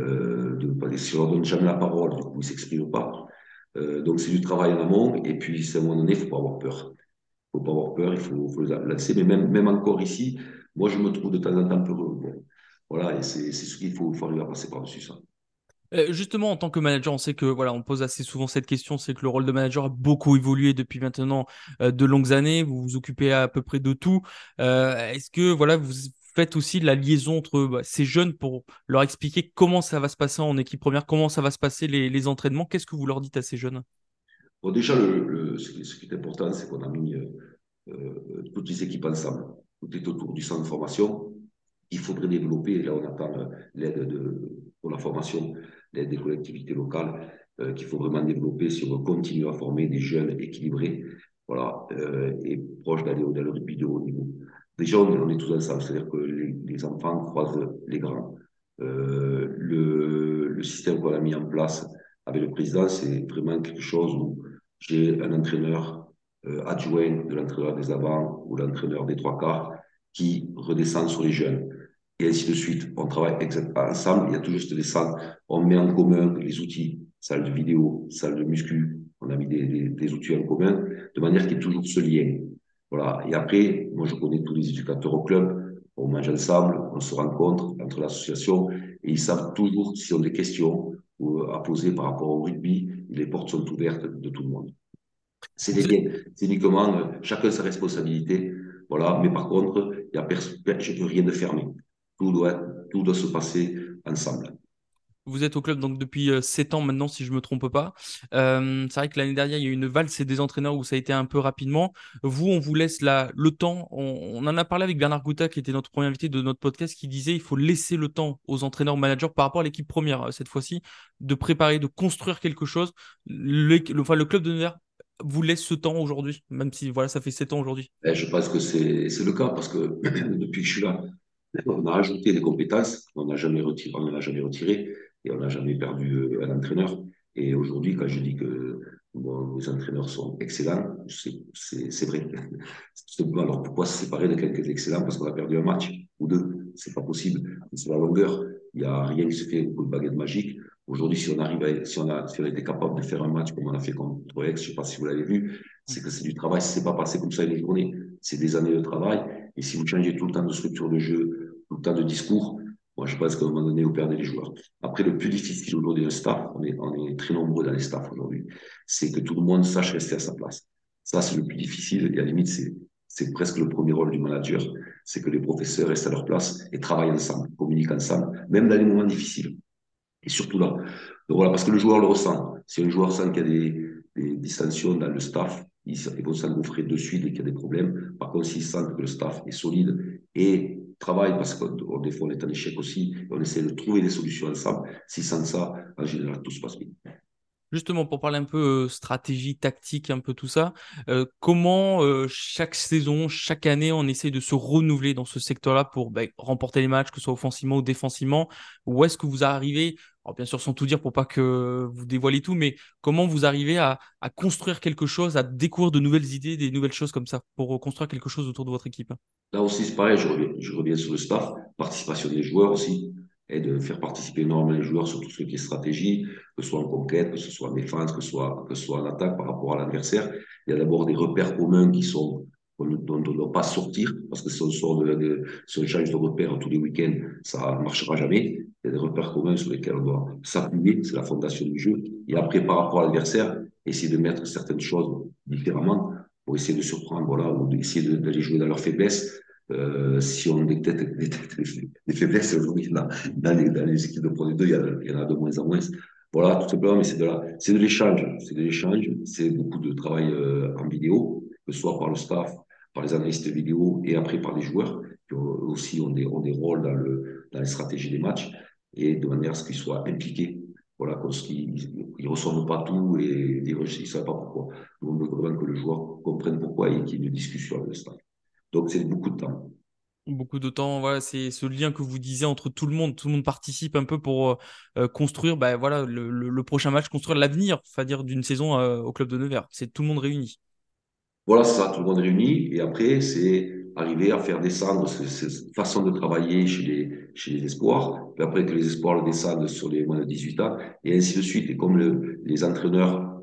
Si on leur donne jamais la parole, du coup, ils s'expriment pas. Donc, c'est du travail en amont. Et puis, à un moment donné, il faut pas avoir peur. Il faut pas avoir peur, il faut les lancer. Mais même encore ici, moi, je me trouve de temps en temps peureux. Bon, voilà, et c'est ce qu'il faut arriver à passer par-dessus ça. Justement, en tant que manager, on sait que voilà, on pose assez souvent cette question, c'est que le rôle de manager a beaucoup évolué depuis maintenant de longues années. Vous vous occupez à peu près de tout. Est-ce que voilà, vous faites aussi la liaison entre ces jeunes pour leur expliquer comment ça va se passer en équipe première, comment ça va se passer les entraînements? Qu'est-ce que vous leur dites à ces jeunes? Bon, déjà, ce qui est important, c'est qu'on a mis toutes les équipes ensemble. Tout est autour du centre de formation. Il faudrait développer, et là on attend l'aide pour la formation, l'aide des collectivités locales, qu'il faut vraiment développer si on veut continuer à former des jeunes équilibrés, voilà, et proches d'aller dans le rugby de haut niveau. Déjà, on est tous ensemble, c'est-à-dire que les enfants croisent les grands. Le système qu'on a mis en place avec le président, c'est vraiment quelque chose où j'ai un entraîneur adjoint de l'entraîneur des avants ou l'entraîneur des trois quarts qui redescend sur les jeunes. Et ainsi de suite. On travaille ensemble, il y a toujours cette descente. On met en commun les outils, salle de vidéo, salle de muscu. On a mis des outils en commun, de manière qu'il y ait toujours ce lien. Voilà. Et après, moi, je connais tous les éducateurs au club. On mange ensemble, on se rencontre entre l'association et ils savent toujours s'ils ont des questions à poser par rapport au rugby. Les portes sont ouvertes de tout le monde. C'est des liens. C'est uniquement chacun sa responsabilité. Voilà. Mais par contre, je ne peux rien de fermer. Tout doit se passer ensemble. Vous êtes au club donc depuis 7 ans maintenant, si je ne me trompe pas. C'est vrai que l'année dernière, il y a eu une valse des entraîneurs où ça a été un peu rapidement. Vous, on vous laisse le temps. On en a parlé avec Bernard Gouta, qui était notre premier invité de notre podcast, qui disait qu'il faut laisser le temps aux entraîneurs managers par rapport à l'équipe première, cette fois-ci, de préparer, de construire quelque chose. Le club de Nevers vous laisse ce temps aujourd'hui, même si voilà, ça fait 7 ans aujourd'hui. Je pense que c'est le cas parce que depuis que je suis là, on a ajouté des compétences, on n'en a jamais retiré et on n'a jamais perdu un entraîneur. Et aujourd'hui, quand je dis que nos entraîneurs sont excellents, c'est vrai. Alors pourquoi se séparer de quelqu'un d'excellent parce qu'on a perdu un match ou deux? C'est pas possible. C'est la longueur. Il n'y a rien qui se fait pour une baguette magique. Aujourd'hui, si on a été capable de faire un match comme on a fait contre Aix, je ne sais pas si vous l'avez vu, c'est que c'est du travail. C'est pas passé comme ça une journée. C'est des années de travail. Et si vous changez tout le temps de structure de jeu, tout le temps de discours, moi, je pense qu'à un moment donné, vous perdez les joueurs. Après, le plus difficile aujourd'hui d'un staff, on est très nombreux dans les staffs aujourd'hui, c'est que tout le monde sache rester à sa place. Ça, c'est le plus difficile. Et à la limite, c'est presque le premier rôle du manager, c'est que les professeurs restent à leur place et travaillent ensemble, communiquent ensemble, même dans les moments difficiles. Et surtout là. Donc voilà, parce que le joueur le ressent. Si un joueur sent qu'il y a des dissensions dans le staff, il va s'engouffrer de suite dès qu'il y a des problèmes. Par contre, s'il sent que le staff est solide et travaille, parce que des fois on est en échec aussi, et on essaie de trouver des solutions ensemble, s'il sent ça, en général, tout se passe bien. Justement, pour parler un peu stratégie, tactique, un peu tout ça, comment chaque saison, chaque année, on essaie de se renouveler dans ce secteur-là pour remporter les matchs, que ce soit offensivement ou défensivement? Où est-ce que vous arrivez, alors bien sûr sans tout dire pour pas que vous dévoilez tout, mais comment vous arrivez à construire quelque chose, à découvrir de nouvelles idées, des nouvelles choses comme ça, pour construire quelque chose autour de votre équipe? Là aussi, c'est pareil, je reviens sur le staff, participation des joueurs aussi, et de faire participer énormément les joueurs sur tout ce qui est stratégie, que ce soit en conquête, que ce soit en défense, que ce soit en attaque par rapport à l'adversaire. Il y a d'abord des repères communs dont on ne doit pas sortir, parce que si on si on change de repères tous les week-ends, ça ne marchera jamais. Il y a des repères communs sur lesquels on doit s'appuyer, c'est la fondation du jeu. Et après, par rapport à l'adversaire, essayer de mettre certaines choses différemment pour essayer de surprendre, voilà, ou d'essayer d'aller jouer dans leurs faiblesses. Si on détecte des faiblesses aujourd'hui dans les équipes de Pro D2, il y en a de moins en moins. Voilà, tout simplement, mais c'est de l'échange. C'est de l'échange, c'est beaucoup de travail en vidéo, que ce soit par le staff, par les analystes vidéo et après par les joueurs, qui aussi ont des rôles dans les stratégies des matchs, et de manière à ce qu'ils soient impliqués. Voilà, qu'ils ne reçoivent pas tout et ils ne savent pas pourquoi. Donc, on veut vraiment que le joueur comprenne pourquoi et qu'il y ait une discussion avec le staff. Donc, c'est beaucoup de temps. Beaucoup de temps, voilà, c'est ce lien que vous disiez entre tout le monde. Tout le monde participe un peu pour construire voilà, le prochain match, construire l'avenir, c'est-à-dire d'une saison au club de Nevers. C'est tout le monde réuni. Voilà, c'est ça, tout le monde réuni. Et après, c'est arriver à faire descendre cette façon de travailler chez les espoirs. Puis après, que les espoirs le descendent sur les moins de 18 ans, et ainsi de suite. Et comme les entraîneurs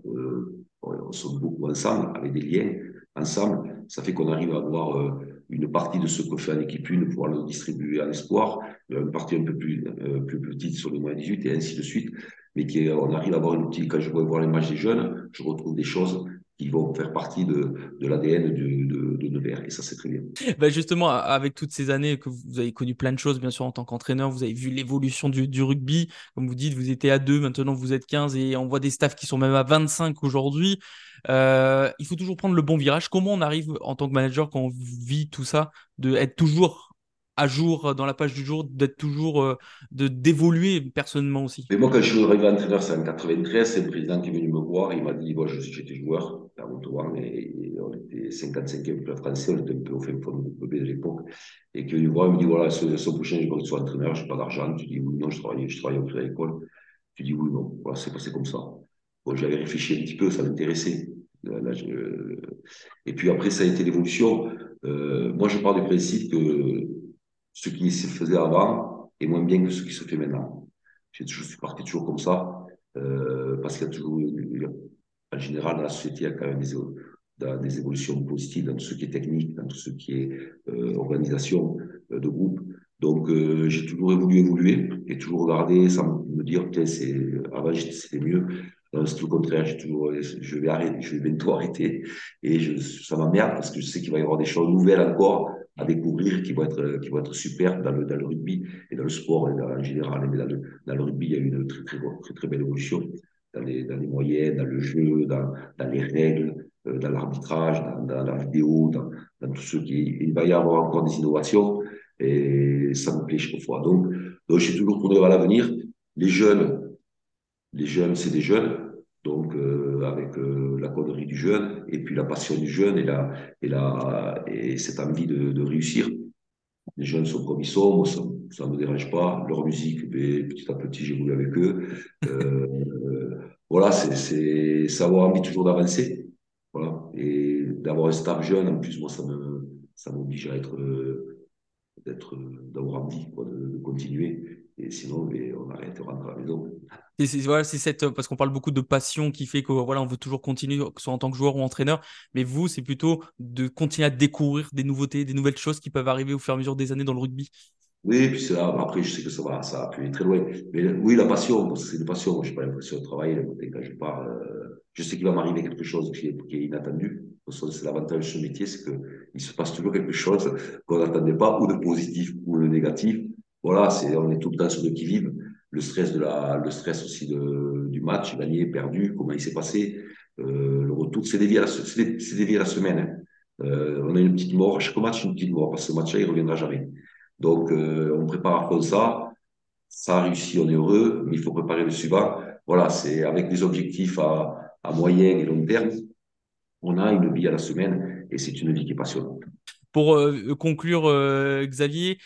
sont beaucoup ensemble, avec des liens ensemble, ça fait qu'on arrive à avoir une partie de ce que fait en équipe 1, pouvoir le distribuer en espoir, une partie un peu plus petite sur les moins de 18, et ainsi de suite. Mais on arrive à avoir une petite, quand je vais voir les matchs des jeunes, je retrouve des choses qui vont faire partie de l'ADN de Nevers. Et ça, c'est très bien. Justement, avec toutes ces années que vous avez connu plein de choses, bien sûr, en tant qu'entraîneur, vous avez vu l'évolution du rugby. Comme vous dites, vous étiez à 2, maintenant vous êtes 15 et on voit des staffs qui sont même à 25 aujourd'hui. Il faut toujours prendre le bon virage. Comment on arrive en tant que manager quand on vit tout ça, d'être toujours à jour dans la page du jour, d'être toujours, d'évoluer personnellement aussi? Mais moi, quand je suis arrivé entraîneur, c'est en 93, c'est le président qui est venu me voir, il m'a dit, moi, j'étais joueur à Montauban, et on était 55e club français, on était un peu au fin fond de B de l'époque, et qu'il me voit, il me dit, voilà, ce prochain, je veux que tu sois entraîneur, je n'ai pas d'argent, tu dis oui, non, je travaille au crédit agricole, tu dis oui, non, voilà, c'est passé comme ça. Bon, j'avais réfléchi un petit peu, ça m'intéressait. Là, et puis après, ça a été l'évolution. Moi, je pars du principe que ce qui se faisait avant est moins bien que ce qui se fait maintenant. Je suis parti toujours comme ça, parce qu'il y a toujours, en général, dans la société, il y a quand même des évolutions positives dans tout ce qui est technique, dans tout ce qui est organisation de groupe. Donc, j'ai toujours évolué et toujours regardé sans me dire, putain, avant, c'était mieux. C'est tout le contraire, je vais arrêter, je vais bientôt arrêter. Et ça m'emmerde parce que je sais qu'il va y avoir des choses nouvelles encore à découvrir qui vont être super dans le rugby et dans le sport en général. Mais dans le rugby, il y a eu une très belle évolution dans les moyens, dans le jeu, dans les règles, dans l'arbitrage, dans la vidéo, dans tout ce qui il va y avoir encore des innovations et ça me plaît chaque fois. Donc je suis toujours tourné vers l'avenir. Les jeunes, c'est des jeunes. Donc, avec la connerie du jeune, et puis la passion du jeune, et cette envie de réussir. Les jeunes sont comme ils sont, moi, ça ne me dérange pas. Leur musique, mais, petit à petit, j'évolue avec eux. Voilà, c'est avoir envie toujours d'avancer. Voilà. Et d'avoir un staff jeune, en plus, moi, ça m'oblige à d'avoir envie, quoi, de continuer. Et sinon, on arrête, on rentre à la maison. Voilà, c'est parce qu'on parle beaucoup de passion qui fait que voilà, on veut toujours continuer, que ce soit en tant que joueur ou entraîneur. Mais vous, c'est plutôt de continuer à découvrir des nouveautés, des nouvelles choses qui peuvent arriver au fur et à mesure des années dans le rugby. Oui, et puis c'est là, après, je sais que ça va plus aller très loin. Mais oui, la passion, parce que c'est une passion. Moi, je n'ai pas l'impression de travailler. Le matin, quand je pars, je sais qu'il va m'arriver quelque chose qui est inattendu. De toute façon, c'est l'avantage de ce métier, c'est qu'il se passe toujours quelque chose qu'on n'attendait pas, ou de positif, ou de négatif. Voilà, on est tout le temps sur le qui-vive. Le stress aussi du match, gagné, perdu, comment il s'est passé, le retour, c'est des vies à la semaine. Hein. On a une petite mort, à chaque match, une petite mort, parce que ce match-là, il reviendra jamais. Donc, on prépare comme ça. Ça a réussi, on est heureux, mais il faut préparer le suivant. Voilà, c'est avec des objectifs à moyen et long terme. On a une vie à la semaine et c'est une vie qui est passionnante. Pour conclure, Xavier,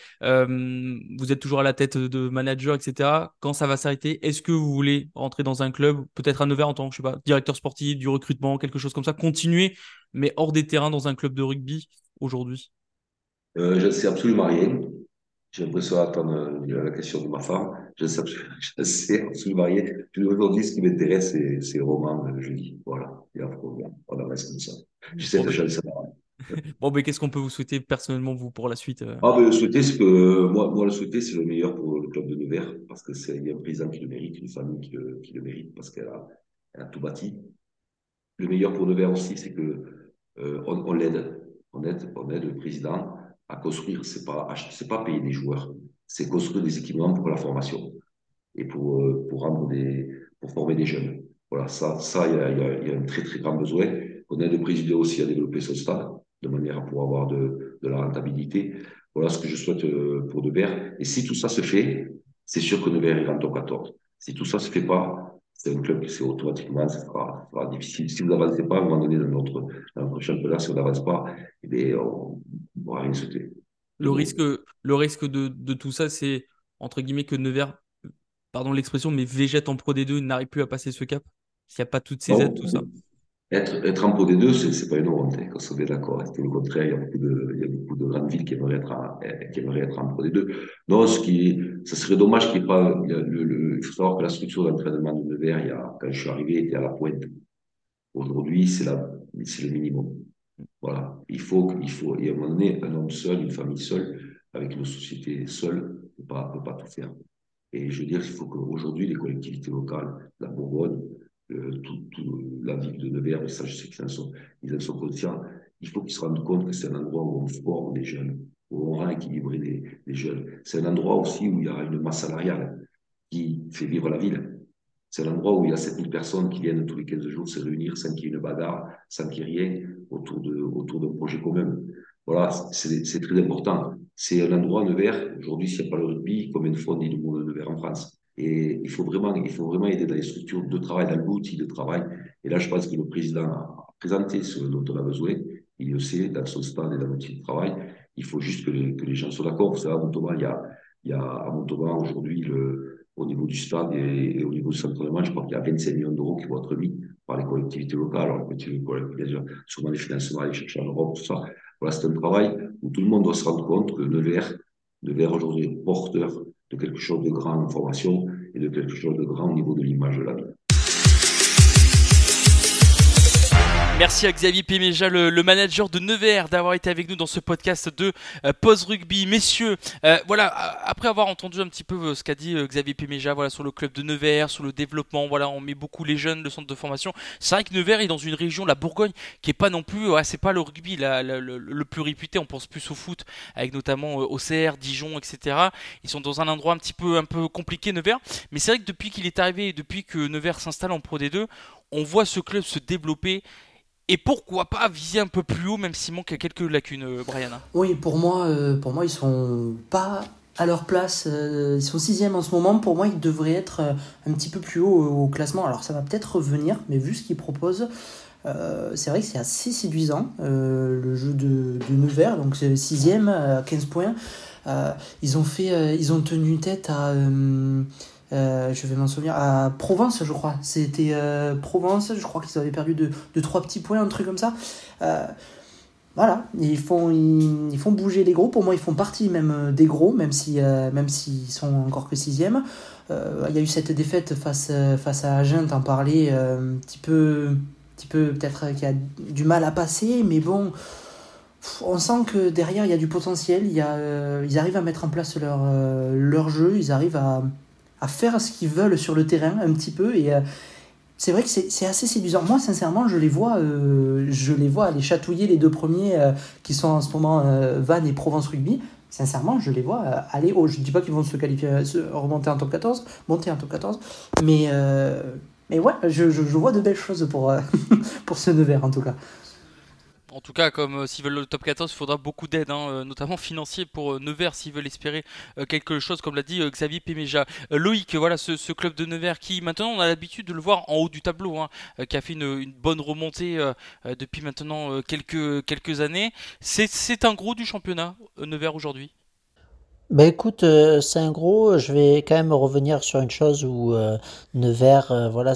vous êtes toujours à la tête de manager, etc. Quand ça va s'arrêter, est-ce que vous voulez rentrer dans un club, peut-être à Nevers en tant que, je sais pas, directeur sportif, du recrutement, quelque chose comme ça, continuer, mais hors des terrains dans un club de rugby aujourd'hui? Je ne sais absolument rien. J'ai l'impression d'attendre la question de ma femme. Je ne sais absolument rien. Puis aujourd'hui, ce qui m'intéresse, c'est le roman le jeudi. Voilà. Et après, on avance comme ça. Je sais que je le sais pas. Bon, mais qu'est-ce qu'on peut vous souhaiter personnellement, vous, pour la suite? Le souhaiter, c'est que moi, le souhaiter, c'est le meilleur pour le club de Nevers, parce que il y a un président qui le mérite, une famille qui le mérite, parce elle a tout bâti. Le meilleur pour Nevers aussi, c'est que on l'aide, on aide le président à construire. C'est pas payer des joueurs, c'est construire des équipements pour la formation et pour former des jeunes. Voilà, il y a un très très grand besoin. On aide le président aussi à développer son stade de manière à pouvoir avoir de la rentabilité. Voilà ce que je souhaite pour Nevers. Et si tout ça se fait, c'est sûr que Nevers ira en top 14. Si tout ça se fait pas, c'est un club qui c'est automatiquement, ça sera difficile. Si vous n'avancez pas, à un moment donné, dans notre championnat, si on n'avance pas, eh bien, on ne pourra rien sauter. Le risque de tout ça, c'est, entre guillemets, que Nevers, pardon l'expression, mais végète en Pro D2, n'arrive plus à passer ce cap. S'il n'y a pas toutes ces aides, tout ça. Être en Pro D2, c'est pas une honte, hein, qu'on soit d'accord. C'est le contraire, il y a beaucoup de grandes villes qui aimeraient être en Pro D2. Non, ça serait dommage qu'il n'y ait pas, il faut savoir que la structure d'entraînement de Nevers, quand je suis arrivé, était à la pointe. Aujourd'hui, c'est le minimum. Voilà. Il y a un moment donné, un homme seul, une famille seule, avec une société seule, ne peut pas tout faire. Et je veux dire, il faut qu'aujourd'hui, les collectivités locales, la Bourgogne, la ville de Nevers, mais ça, je sais qu'ils en sont conscients. Il faut qu'ils se rendent compte que c'est un endroit où on forme des jeunes, où on rend équilibré les jeunes. C'est un endroit aussi où il y a une masse salariale qui fait vivre la ville. C'est un endroit où il y a 7000 personnes qui viennent tous les 15 jours se réunir sans qu'il y ait une bagarre, sans qu'il y ait rien, autour d'un projet commun. Voilà, c'est très important. C'est un endroit, Nevers, aujourd'hui, s'il n'y a pas le rugby, combien de fois on dit le mot de Nevers en France? Et il faut vraiment aider dans les structures de travail, dans l'outil de travail. Et là, je pense que le président a présenté ce dont on a besoin. Il le sait, dans son stade et dans l'outil de travail. Il faut juste que les gens soient d'accord. Vous savez, à Montauban, il y a à Montauban aujourd'hui, au niveau du stade et au niveau du centre d'entraînement, je crois qu'il y a 25 millions d'euros qui vont être mis par les collectivités locales. Alors, bien sûr, souvent les financements, aller chercher en Europe, tout ça. Voilà, c'est un travail où tout le monde doit se rendre compte que Nevers aujourd'hui est porteur de quelque chose de grand en formation et de quelque chose de grand au niveau de l'image de la ville. Merci à Xavier Péméja, le manager de Nevers, d'avoir été avec nous dans ce podcast de Pause Rugby. Messieurs, voilà, après avoir entendu un petit peu ce qu'a dit Xavier Péméja, voilà, sur le club de Nevers, sur le développement, voilà, on met beaucoup les jeunes, le centre de formation. C'est vrai que Nevers est dans une région, la Bourgogne, qui est pas non plus, c'est pas le rugby le plus réputé. On pense plus au foot, avec notamment Auxerre, Dijon, etc. Ils sont dans un endroit un peu compliqué, Nevers. Mais c'est vrai que depuis qu'il est arrivé et depuis que Nevers s'installe en Pro D2, on voit ce club se développer. Et pourquoi pas viser un peu plus haut, même s'il manque quelques lacunes, Brian? Oui, pour moi, ils sont pas à leur place. Ils sont 6e en ce moment. Pour moi, ils devraient être un petit peu plus haut au classement. Alors, ça va peut-être revenir, mais vu ce qu'ils proposent, c'est vrai que c'est assez séduisant, le jeu de Nevers. Donc, c'est 6e à 15 points. Ils ont tenu tête à... je vais m'en souvenir, à Provence, je crois. C'était Provence, je crois qu'ils avaient perdu de 3 petits points, un truc comme ça. voilà, ils font bouger les gros. Pour moi, ils font partie même des gros, même s'ils sont encore que 6e. Il y a eu cette défaite face à Agen, t'en parlais, un petit peu peut-être qui a du mal à passer, mais bon, on sent que derrière il y a du potentiel. Ils arrivent à mettre en place leur jeu, ils arrivent à faire ce qu'ils veulent sur le terrain un petit peu, et c'est vrai que c'est assez séduisant. Moi, sincèrement, je les vois aller chatouiller les 2 premiers qui sont en ce moment Vannes et Provence Rugby. Sincèrement, je les vois aller haut. Je ne dis pas qu'ils vont remonter en top 14, monter en top 14, mais ouais, je vois de belles choses pour ce Nevers en tout cas. En tout cas, comme s'ils veulent le top 14, il faudra beaucoup d'aide, notamment financier pour Nevers s'ils veulent espérer quelque chose, comme l'a dit Xavier Péméja. Loïc, voilà ce club de Nevers qui, maintenant, on a l'habitude de le voir en haut du tableau, qui a fait une bonne remontée depuis maintenant quelques années. C'est un gros du championnat, Nevers aujourd'hui. Ben écoute, c'est un gros. Je vais quand même revenir sur une chose où Nevers, voilà,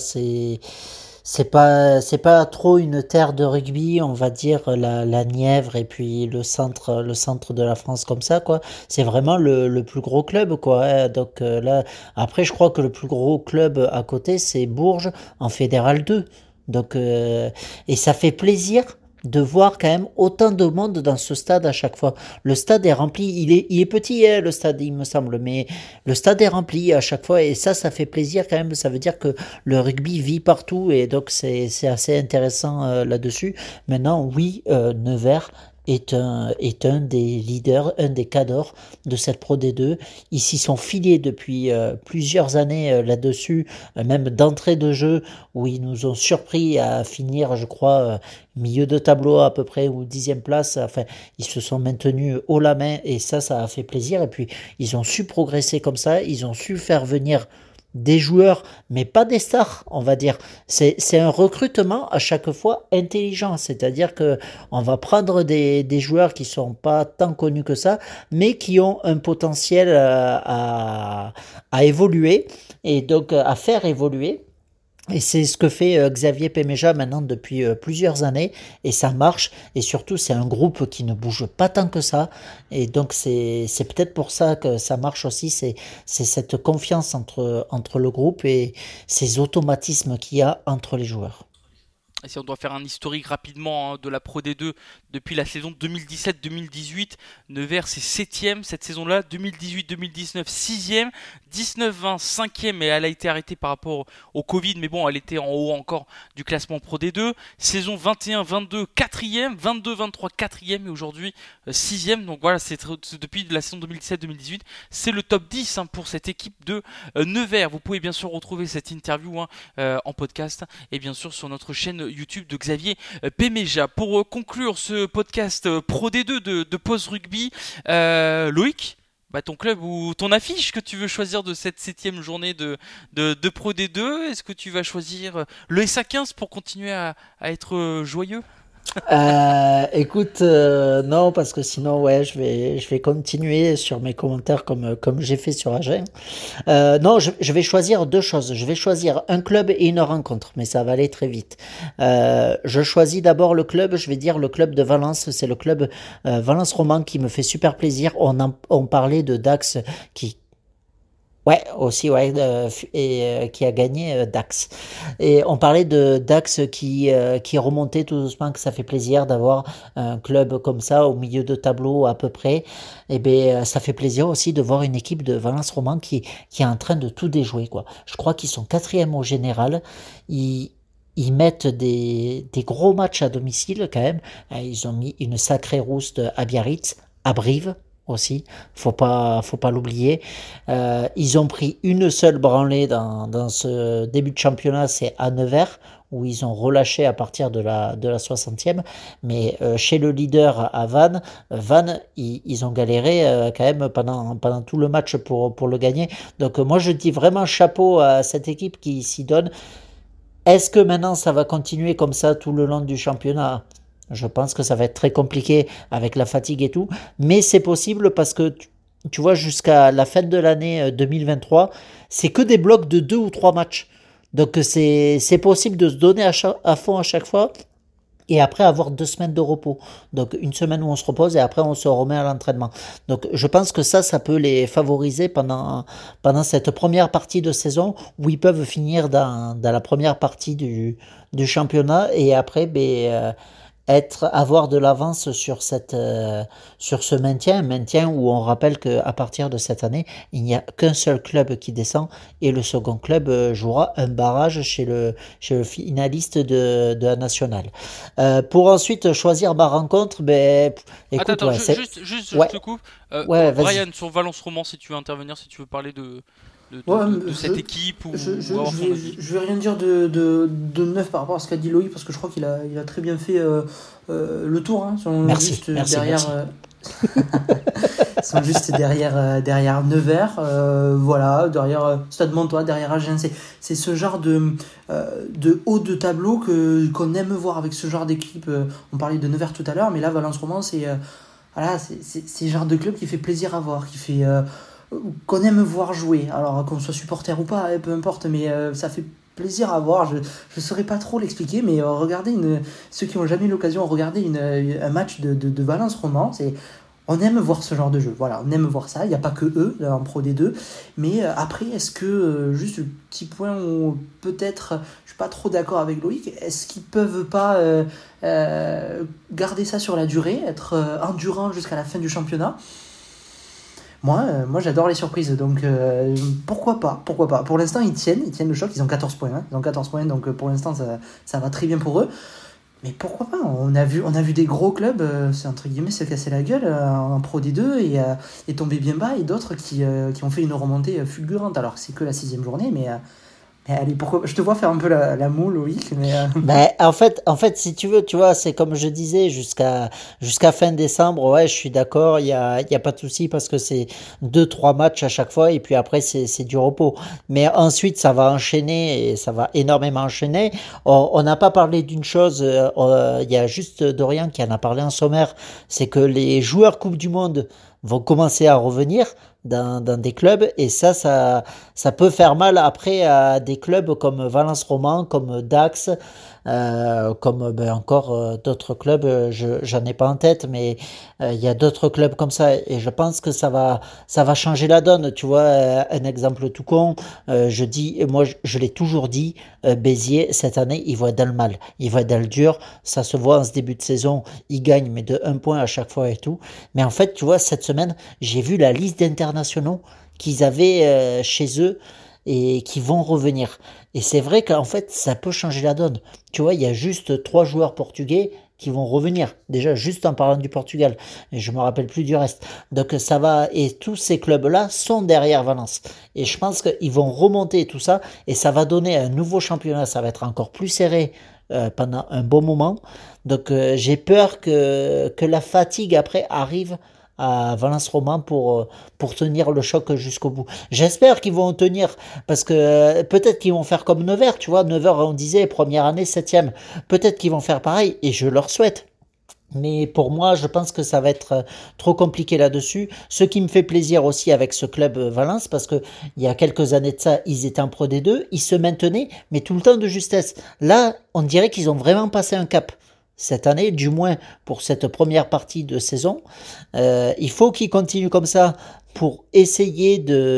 c'est pas trop une terre de rugby, on va dire la Nièvre et puis le centre de la France comme ça, quoi. C'est vraiment le plus gros club, quoi, hein. Donc là, après, je crois que le plus gros club à côté, c'est Bourges en Fédéral 2. Donc et ça fait plaisir de voir quand même autant de monde dans ce stade à chaque fois. Le stade est rempli, il est petit, hein, le stade, il me semble, mais le stade est rempli à chaque fois, et ça fait plaisir quand même. Ça veut dire que le rugby vit partout, et donc c'est assez intéressant là-dessus. Maintenant, oui, Nevers est un des leaders, un des cadors de cette Pro D2. Ils s'y sont filés depuis plusieurs années là-dessus, même d'entrée de jeu, où ils nous ont surpris à finir, je crois, milieu de tableau à peu près, ou 10e place. Enfin, ils se sont maintenus haut la main, et ça a fait plaisir. Et puis, ils ont su progresser comme ça, ils ont su faire venir des joueurs, mais pas des stars, on va dire. C'est un recrutement à chaque fois intelligent, c'est-à-dire que on va prendre des joueurs qui sont pas tant connus que ça, mais qui ont un potentiel à évoluer, et donc à faire évoluer. Et c'est ce que fait Xavier Péméja maintenant depuis plusieurs années, et ça marche, et surtout c'est un groupe qui ne bouge pas tant que ça, et donc c'est peut-être pour ça que ça marche aussi. C'est cette confiance entre le groupe et ces automatismes qu'il y a entre les joueurs. Et si on doit faire un historique rapidement de la Pro D2 depuis la saison 2017-2018, Nevers c'est 7ème cette saison-là, 2018-2019 6ème, 19-20 5ème, et elle a été arrêtée par rapport au Covid, mais bon, elle était en haut encore du classement Pro D2. Saison 21-22 4ème, 22-23 4ème, et aujourd'hui 6ème. Donc voilà, c'est depuis la saison 2017-2018, c'est le top 10 pour cette équipe de Nevers. Vous pouvez bien sûr retrouver cette interview en podcast, et bien sûr sur notre chaîne YouTube de Xavier Péméja. Pour conclure ce podcast Pro D2 de Pause Rugby, Loïc, ton club ou ton affiche que tu veux choisir de cette 7ème journée de Pro D2, est-ce que tu vas choisir le SA15 pour continuer à être joyeux ? Écoute, non, parce que sinon, ouais, je vais continuer sur mes commentaires comme j'ai fait sur Agen. Non, je vais choisir 2 choses. Je vais choisir un club et une rencontre, mais ça va aller très vite. Je choisis d'abord le club. Je vais dire le club de Valence. C'est le club Valence Roman qui me fait super plaisir. On parlait de Dax qui qui a gagné Dax. Et on parlait de Dax qui est remonté tout doucement, que ça fait plaisir d'avoir un club comme ça au milieu de tableau à peu près. Et ben ça fait plaisir aussi de voir une équipe de Valence Roman qui est en train de tout déjouer, quoi. Je crois qu'ils sont 4e au général. Ils mettent des gros matchs à domicile quand même. Ils ont mis une sacrée rouste à Biarritz, à Brive aussi, faut pas l'oublier. Ils ont pris une seule branlée dans ce début de championnat, c'est à Nevers, où ils ont relâché à partir de la 60e, mais chez le leader à Vannes, ils ont galéré quand même pendant tout le match pour le gagner. Donc moi je dis vraiment chapeau à cette équipe qui s'y donne. Est-ce que maintenant ça va continuer comme ça tout le long du championnat ? Je pense que ça va être très compliqué avec la fatigue et tout, mais c'est possible parce que tu vois, jusqu'à la fin de l'année 2023, c'est que des blocs de 2 ou 3 matchs. Donc c'est possible de se donner à fond à chaque fois et après avoir 2 semaines de repos. Donc une semaine où on se repose et après on se remet à l'entraînement. Donc je pense que ça peut les favoriser pendant cette première partie de saison où ils peuvent finir dans la première partie du championnat et après avoir de l'avance sur ce maintien où on rappelle qu'à partir de cette année, il n'y a qu'un seul club qui descend et le second club jouera un barrage chez le finaliste de la nationale. Pour ensuite choisir ma rencontre, écoute, Attends, ouais, juste, ouais. je te coupe. Ouais, vas-y. Brian, sur Valence Roman, si tu veux intervenir, si tu veux parler de cette équipe ou je avoir ton avis. vais rien dire de neuf par rapport à ce qu'a dit Loïc parce que je crois qu'il a très bien fait le tour. Hein, merci. Derrière, sont juste derrière Nevers, voilà, derrière Stade Montois, derrière Agen. C'est ce genre de haut de tableau qu'on aime voir avec ce genre d'équipe. On parlait de Nevers tout à l'heure, mais là Valence Roman, c'est le genre de club qui fait plaisir à voir, qui fait qu'on aime voir jouer. Alors qu'on soit supporter ou pas, peu importe, mais ça fait plaisir à voir. Je ne saurais pas trop l'expliquer, mais regardez ceux qui n'ont jamais eu l'occasion de regarder un match de Valence Roman, on aime voir ce genre de jeu. Voilà, on aime voir ça. Il n'y a pas que eux en Pro D2. Mais après, est-ce que, juste le petit point où peut-être, je ne suis pas trop d'accord avec Loïc, est-ce qu'ils ne peuvent pas garder ça sur la durée, être endurant jusqu'à la fin du championnat ? Moi j'adore les surprises, donc pourquoi pas. Pour l'instant, ils tiennent le choc, ils ont 14 points. Hein. Ils ont 14 points, donc pour l'instant, ça va très bien pour eux. Mais pourquoi pas ? On a vu des gros clubs, entre guillemets, se casser la gueule en Pro D2 et tomber bien bas, et d'autres qui ont fait une remontée fulgurante. Alors que c'est que la 6e journée, mais allez, pourquoi ? Je te vois faire un peu la moue, Loïc, mais... En fait, si tu veux, tu vois, c'est comme je disais, jusqu'à fin décembre, ouais, je suis d'accord, il y a pas de souci parce que c'est 2-3 matchs à chaque fois et puis après, c'est du repos. Mais ensuite, ça va enchaîner et ça va énormément enchaîner. On n'a pas parlé d'une chose, il y a juste Dorian qui en a parlé en sommaire, c'est que les joueurs Coupe du Monde vont commencer à revenir dans des clubs et ça peut faire mal après à des clubs comme Valence Roman, comme Dax, comme encore d'autres clubs, j'en ai pas en tête, mais il y a d'autres clubs comme ça et je pense que ça va changer la donne. Tu vois, un exemple tout con, je l'ai toujours dit, Béziers cette année il va être dans le mal, il va être dans le dur, ça se voit en ce début de saison, il gagne mais de 1 point à chaque fois et tout, mais en fait tu vois cette semaine j'ai vu la liste d'internationaux qu'ils avaient chez eux et qui vont revenir. Et c'est vrai qu'en fait, ça peut changer la donne. Tu vois, il y a juste 3 joueurs portugais qui vont revenir. Déjà, juste en parlant du Portugal. Et je me rappelle plus du reste. Donc, ça va. Et tous ces clubs-là sont derrière Valence. Et je pense qu'ils vont remonter tout ça. Et ça va donner un nouveau championnat. Ça va être encore plus serré pendant un bon moment. Donc, j'ai peur que la fatigue après arrive à Valence Roman pour tenir le choc jusqu'au bout. J'espère qu'ils vont tenir parce que peut-être qu'ils vont faire comme Nevers, tu vois, Nevers on disait première année 7e, peut-être qu'ils vont faire pareil et je leur souhaite. Mais pour moi, je pense que ça va être trop compliqué là-dessus. Ce qui me fait plaisir aussi avec ce club Valence, parce que il y a quelques années de ça, ils étaient en Pro D2, ils se maintenaient, mais tout le temps de justesse. Là, on dirait qu'ils ont vraiment passé un cap. Cette année, du moins pour cette première partie de saison. Il faut qu'ils continuent comme ça pour essayer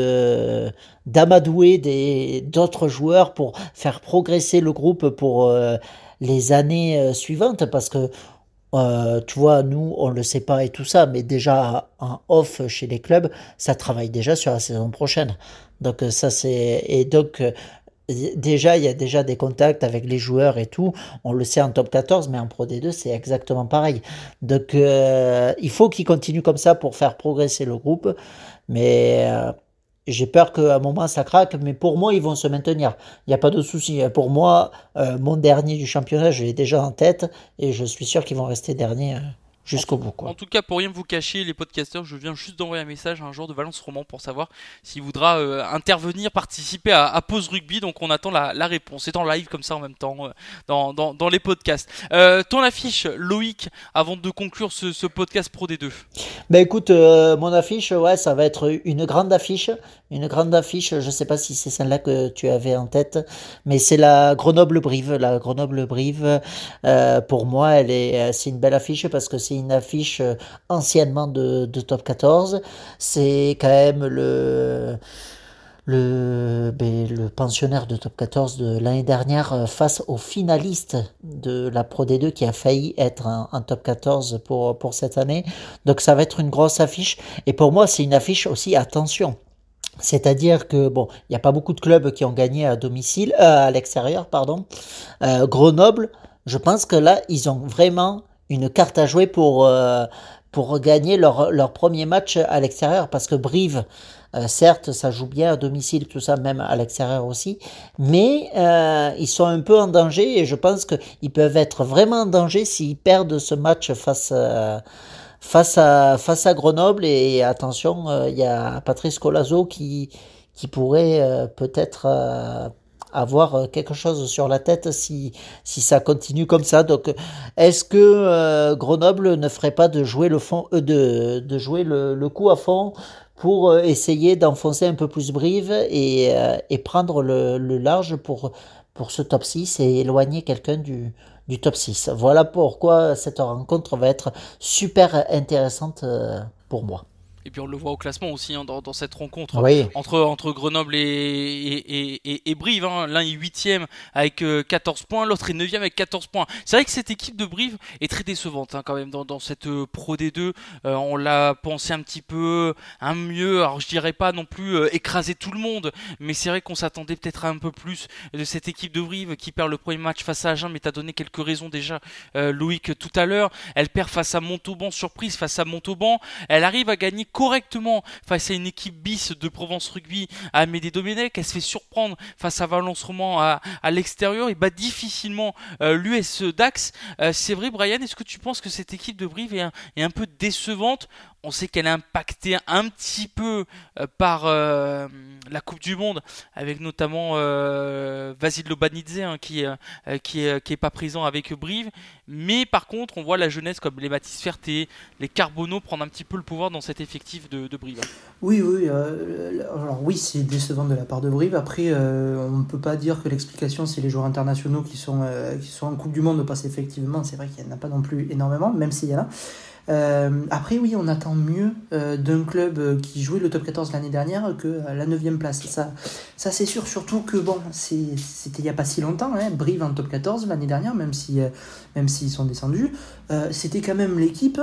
d'amadouer d'autres joueurs, pour faire progresser le groupe pour les années suivantes, parce que tu vois, nous, on le sait pas et tout ça, mais déjà en off chez les clubs, ça travaille déjà sur la saison prochaine. Donc ça c'est... Et donc... Déjà, il y a déjà des contacts avec les joueurs et tout. On le sait en top 14, mais en Pro D2, c'est exactement pareil. Donc, il faut qu'ils continuent comme ça pour faire progresser le groupe. Mais j'ai peur qu'à un moment, ça craque. Mais pour moi, ils vont se maintenir. Il n'y a pas de souci. Pour moi, mon dernier du championnat, je l'ai déjà en tête. Et je suis sûr qu'ils vont rester derniers jusqu'au bout, quoi. En tout cas, pour rien vous cacher, les podcasteurs, je viens juste d'envoyer un message à un joueur de Valence Roman pour savoir s'il voudra intervenir, participer à Pause Rugby. Donc on attend la réponse. C'est en live comme ça en même temps dans les podcasts. Ton affiche, Loïc, avant de conclure ce podcast Pro D2. Écoute, mon affiche, ouais, ça va être une grande affiche, une grande affiche. Je ne sais pas si c'est celle-là que tu avais en tête, mais c'est la Grenoble-Brive. La Grenoble-Brive, pour moi, c'est une belle affiche parce que c'est une affiche anciennement de top 14. C'est quand même le pensionnaire de top 14 de l'année dernière face au finaliste de la Pro D2 qui a failli être en top 14 pour cette année. Donc ça va être une grosse affiche. Et pour moi, c'est une affiche aussi, attention. C'est-à-dire que, bon, il n'y a pas beaucoup de clubs qui ont gagné à l'extérieur, pardon. Grenoble, je pense que là, ils ont vraiment une carte à jouer pour gagner leur premier match à l'extérieur. Parce que Brive, certes, ça joue bien à domicile, tout ça, même à l'extérieur aussi, mais ils sont un peu en danger et je pense qu'ils peuvent être vraiment en danger s'ils perdent ce match face à Grenoble. Et attention, il y a Patrice Colazo qui pourrait peut-être avoir quelque chose sur la tête si ça continue comme ça. Donc, est-ce que Grenoble ne ferait pas de jouer de jouer le coup à fond pour essayer d'enfoncer un peu plus Brive et prendre le large pour ce top 6 et éloigner quelqu'un du top 6. Voilà pourquoi cette rencontre va être super intéressante pour moi. Et puis on le voit au classement aussi dans cette rencontre entre Grenoble et Brive. L'un est 8ème avec 14 points, l'autre est 9ème avec 14 points. C'est vrai que cette équipe de Brive est très décevante quand même dans cette Pro D2. On l'a pensé un petit peu mieux. Alors je dirais pas non plus écraser tout le monde, mais c'est vrai qu'on s'attendait peut-être à un peu plus de cette équipe de Brive qui perd le premier match face à Agen, mais tu as donné quelques raisons déjà, Loïc, tout à l'heure. Elle perd face à Montauban, surprise face à Montauban. Elle arrive à gagner correctement face à une équipe bis de Provence Rugby à Amédée-Domenech. Elle se fait surprendre face à Valence Roman à l'extérieur et bat difficilement l'US Dax. C'est vrai, Brian, est-ce que tu penses que cette équipe de Brive est un peu décevante? On sait qu'elle est impactée un petit peu par la Coupe du Monde, avec notamment Vasil Lobanidze qui est pas présent avec Brive. Mais par contre, on voit la jeunesse comme les Mathis Ferté, les Carbonneau prendre un petit peu le pouvoir dans cet effectif de Brive. Oui, alors oui, c'est décevant de la part de Brive. Après, on ne peut pas dire que l'explication, c'est les joueurs internationaux qui sont en Coupe du Monde, parce qu'effectivement, c'est vrai qu'il n'y en a pas non plus énormément, même s'il y en a. Après, oui, on attend mieux d'un club qui jouait le top 14 l'année dernière que la 9e place. Ça c'est sûr, surtout que bon, c'était il n'y a pas si longtemps, Brive en top 14 l'année dernière, même s'ils sont descendus. C'était quand même l'équipe.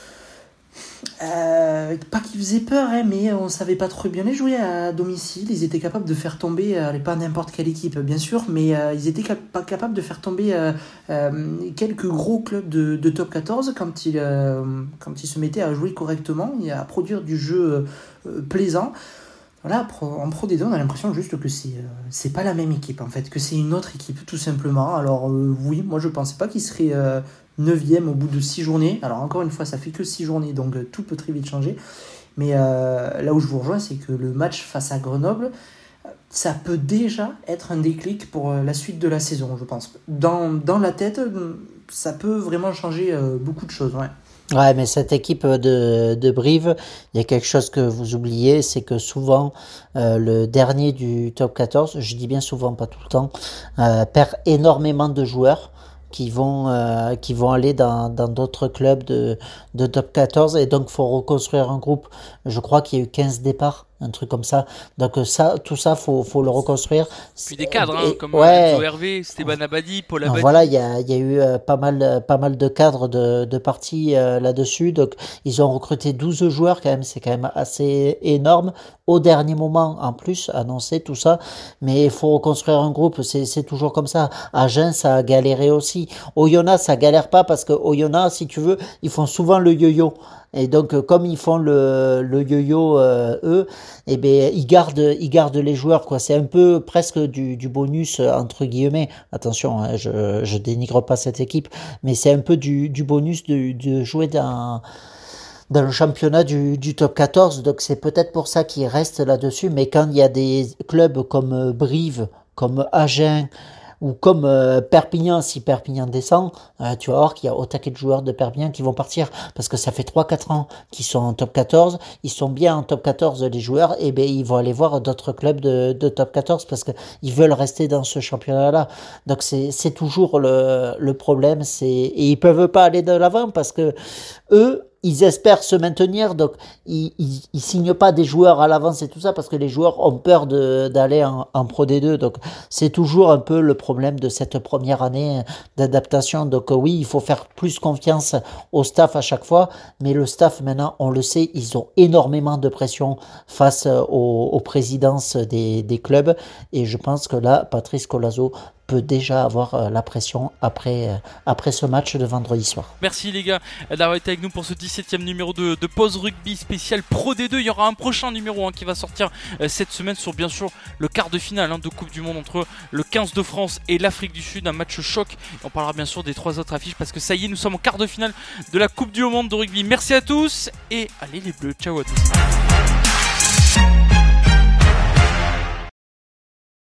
Pas qu'ils faisaient peur, mais on savait pas trop bien les jouer à domicile. Ils étaient capables de faire tomber pas n'importe quelle équipe, bien sûr, mais ils étaient pas capables de faire tomber quelques gros clubs de top 14 quand ils se mettaient à jouer correctement et à produire du jeu plaisant. Voilà, en Pro D2, on a l'impression juste que c'est pas la même équipe, en fait, que c'est une autre équipe, tout simplement. Alors oui, moi je pensais pas qu'ils seraient 9e au bout de 6 journées. Alors encore une fois, ça fait que 6 journées, donc tout peut très vite changer. Mais là où je vous rejoins, c'est que le match face à Grenoble, ça peut déjà être un déclic pour la suite de la saison, je pense. Dans la tête, ça peut vraiment changer beaucoup de choses, Ouais, mais cette équipe de Brive, il y a quelque chose que vous oubliez, c'est que souvent, le dernier du top 14, je dis bien souvent, pas tout le temps, perd énormément de joueurs qui vont aller dans d'autres clubs de top 14, et donc faut reconstruire un groupe. Je crois qu'il y a eu 15 départs, un truc comme ça. Donc tout ça, faut le reconstruire. Puis des cadres, comme Enzo Hervé, Stéban Abadi, Paul Abadi. Voilà, il y a eu pas mal de cadres de partis là-dessus. Donc ils ont recruté 12 joueurs quand même, c'est quand même assez énorme. Au dernier moment, en plus, annoncé tout ça. Mais il faut reconstruire un groupe, c'est toujours comme ça. Agen, ça a galéré aussi. Oyonnax, ça galère pas parce que Oyonnax, si tu veux, ils font souvent le yo-yo. Et donc, comme ils font le yo-yo, eux, eh ben, ils gardent les joueurs, quoi. C'est un peu presque du bonus, entre guillemets. Attention, je dénigre pas cette équipe, mais c'est un peu du bonus de jouer dans le championnat du top 14. Donc, c'est peut-être pour ça qu'ils restent là-dessus. Mais quand il y a des clubs comme Brive, comme Agen, ou comme Perpignan, si Perpignan descend, tu vas voir qu'il y a au taquet de joueurs de Perpignan qui vont partir, parce que ça fait 3-4 ans qu'ils sont en top 14, ils sont bien en top 14 les joueurs, et ben ils vont aller voir d'autres clubs de top 14 parce qu'ils veulent rester dans ce championnat-là. Donc c'est toujours le problème, et ils peuvent pas aller de l'avant parce que eux, ils espèrent se maintenir, donc ils signent pas des joueurs à l'avance et tout ça parce que les joueurs ont peur d'aller en Pro D2. Donc c'est toujours un peu le problème de cette première année d'adaptation. Donc oui, il faut faire plus confiance au staff à chaque fois, mais le staff maintenant, on le sait, ils ont énormément de pression face aux présidences des clubs, et je pense que là, Patrice Collazo peut déjà avoir la pression après ce match de vendredi soir. Merci les gars d'avoir été avec nous pour ce 17e numéro de Pause Rugby spécial Pro D2. Il y aura un prochain numéro qui va sortir cette semaine sur bien sûr le quart de finale de Coupe du Monde entre le 15 de France et l'Afrique du Sud, un match choc. Et on parlera bien sûr des 3 autres affiches parce que ça y est, nous sommes en quart de finale de la Coupe du Monde de rugby. Merci à tous et allez les Bleus, ciao à tous.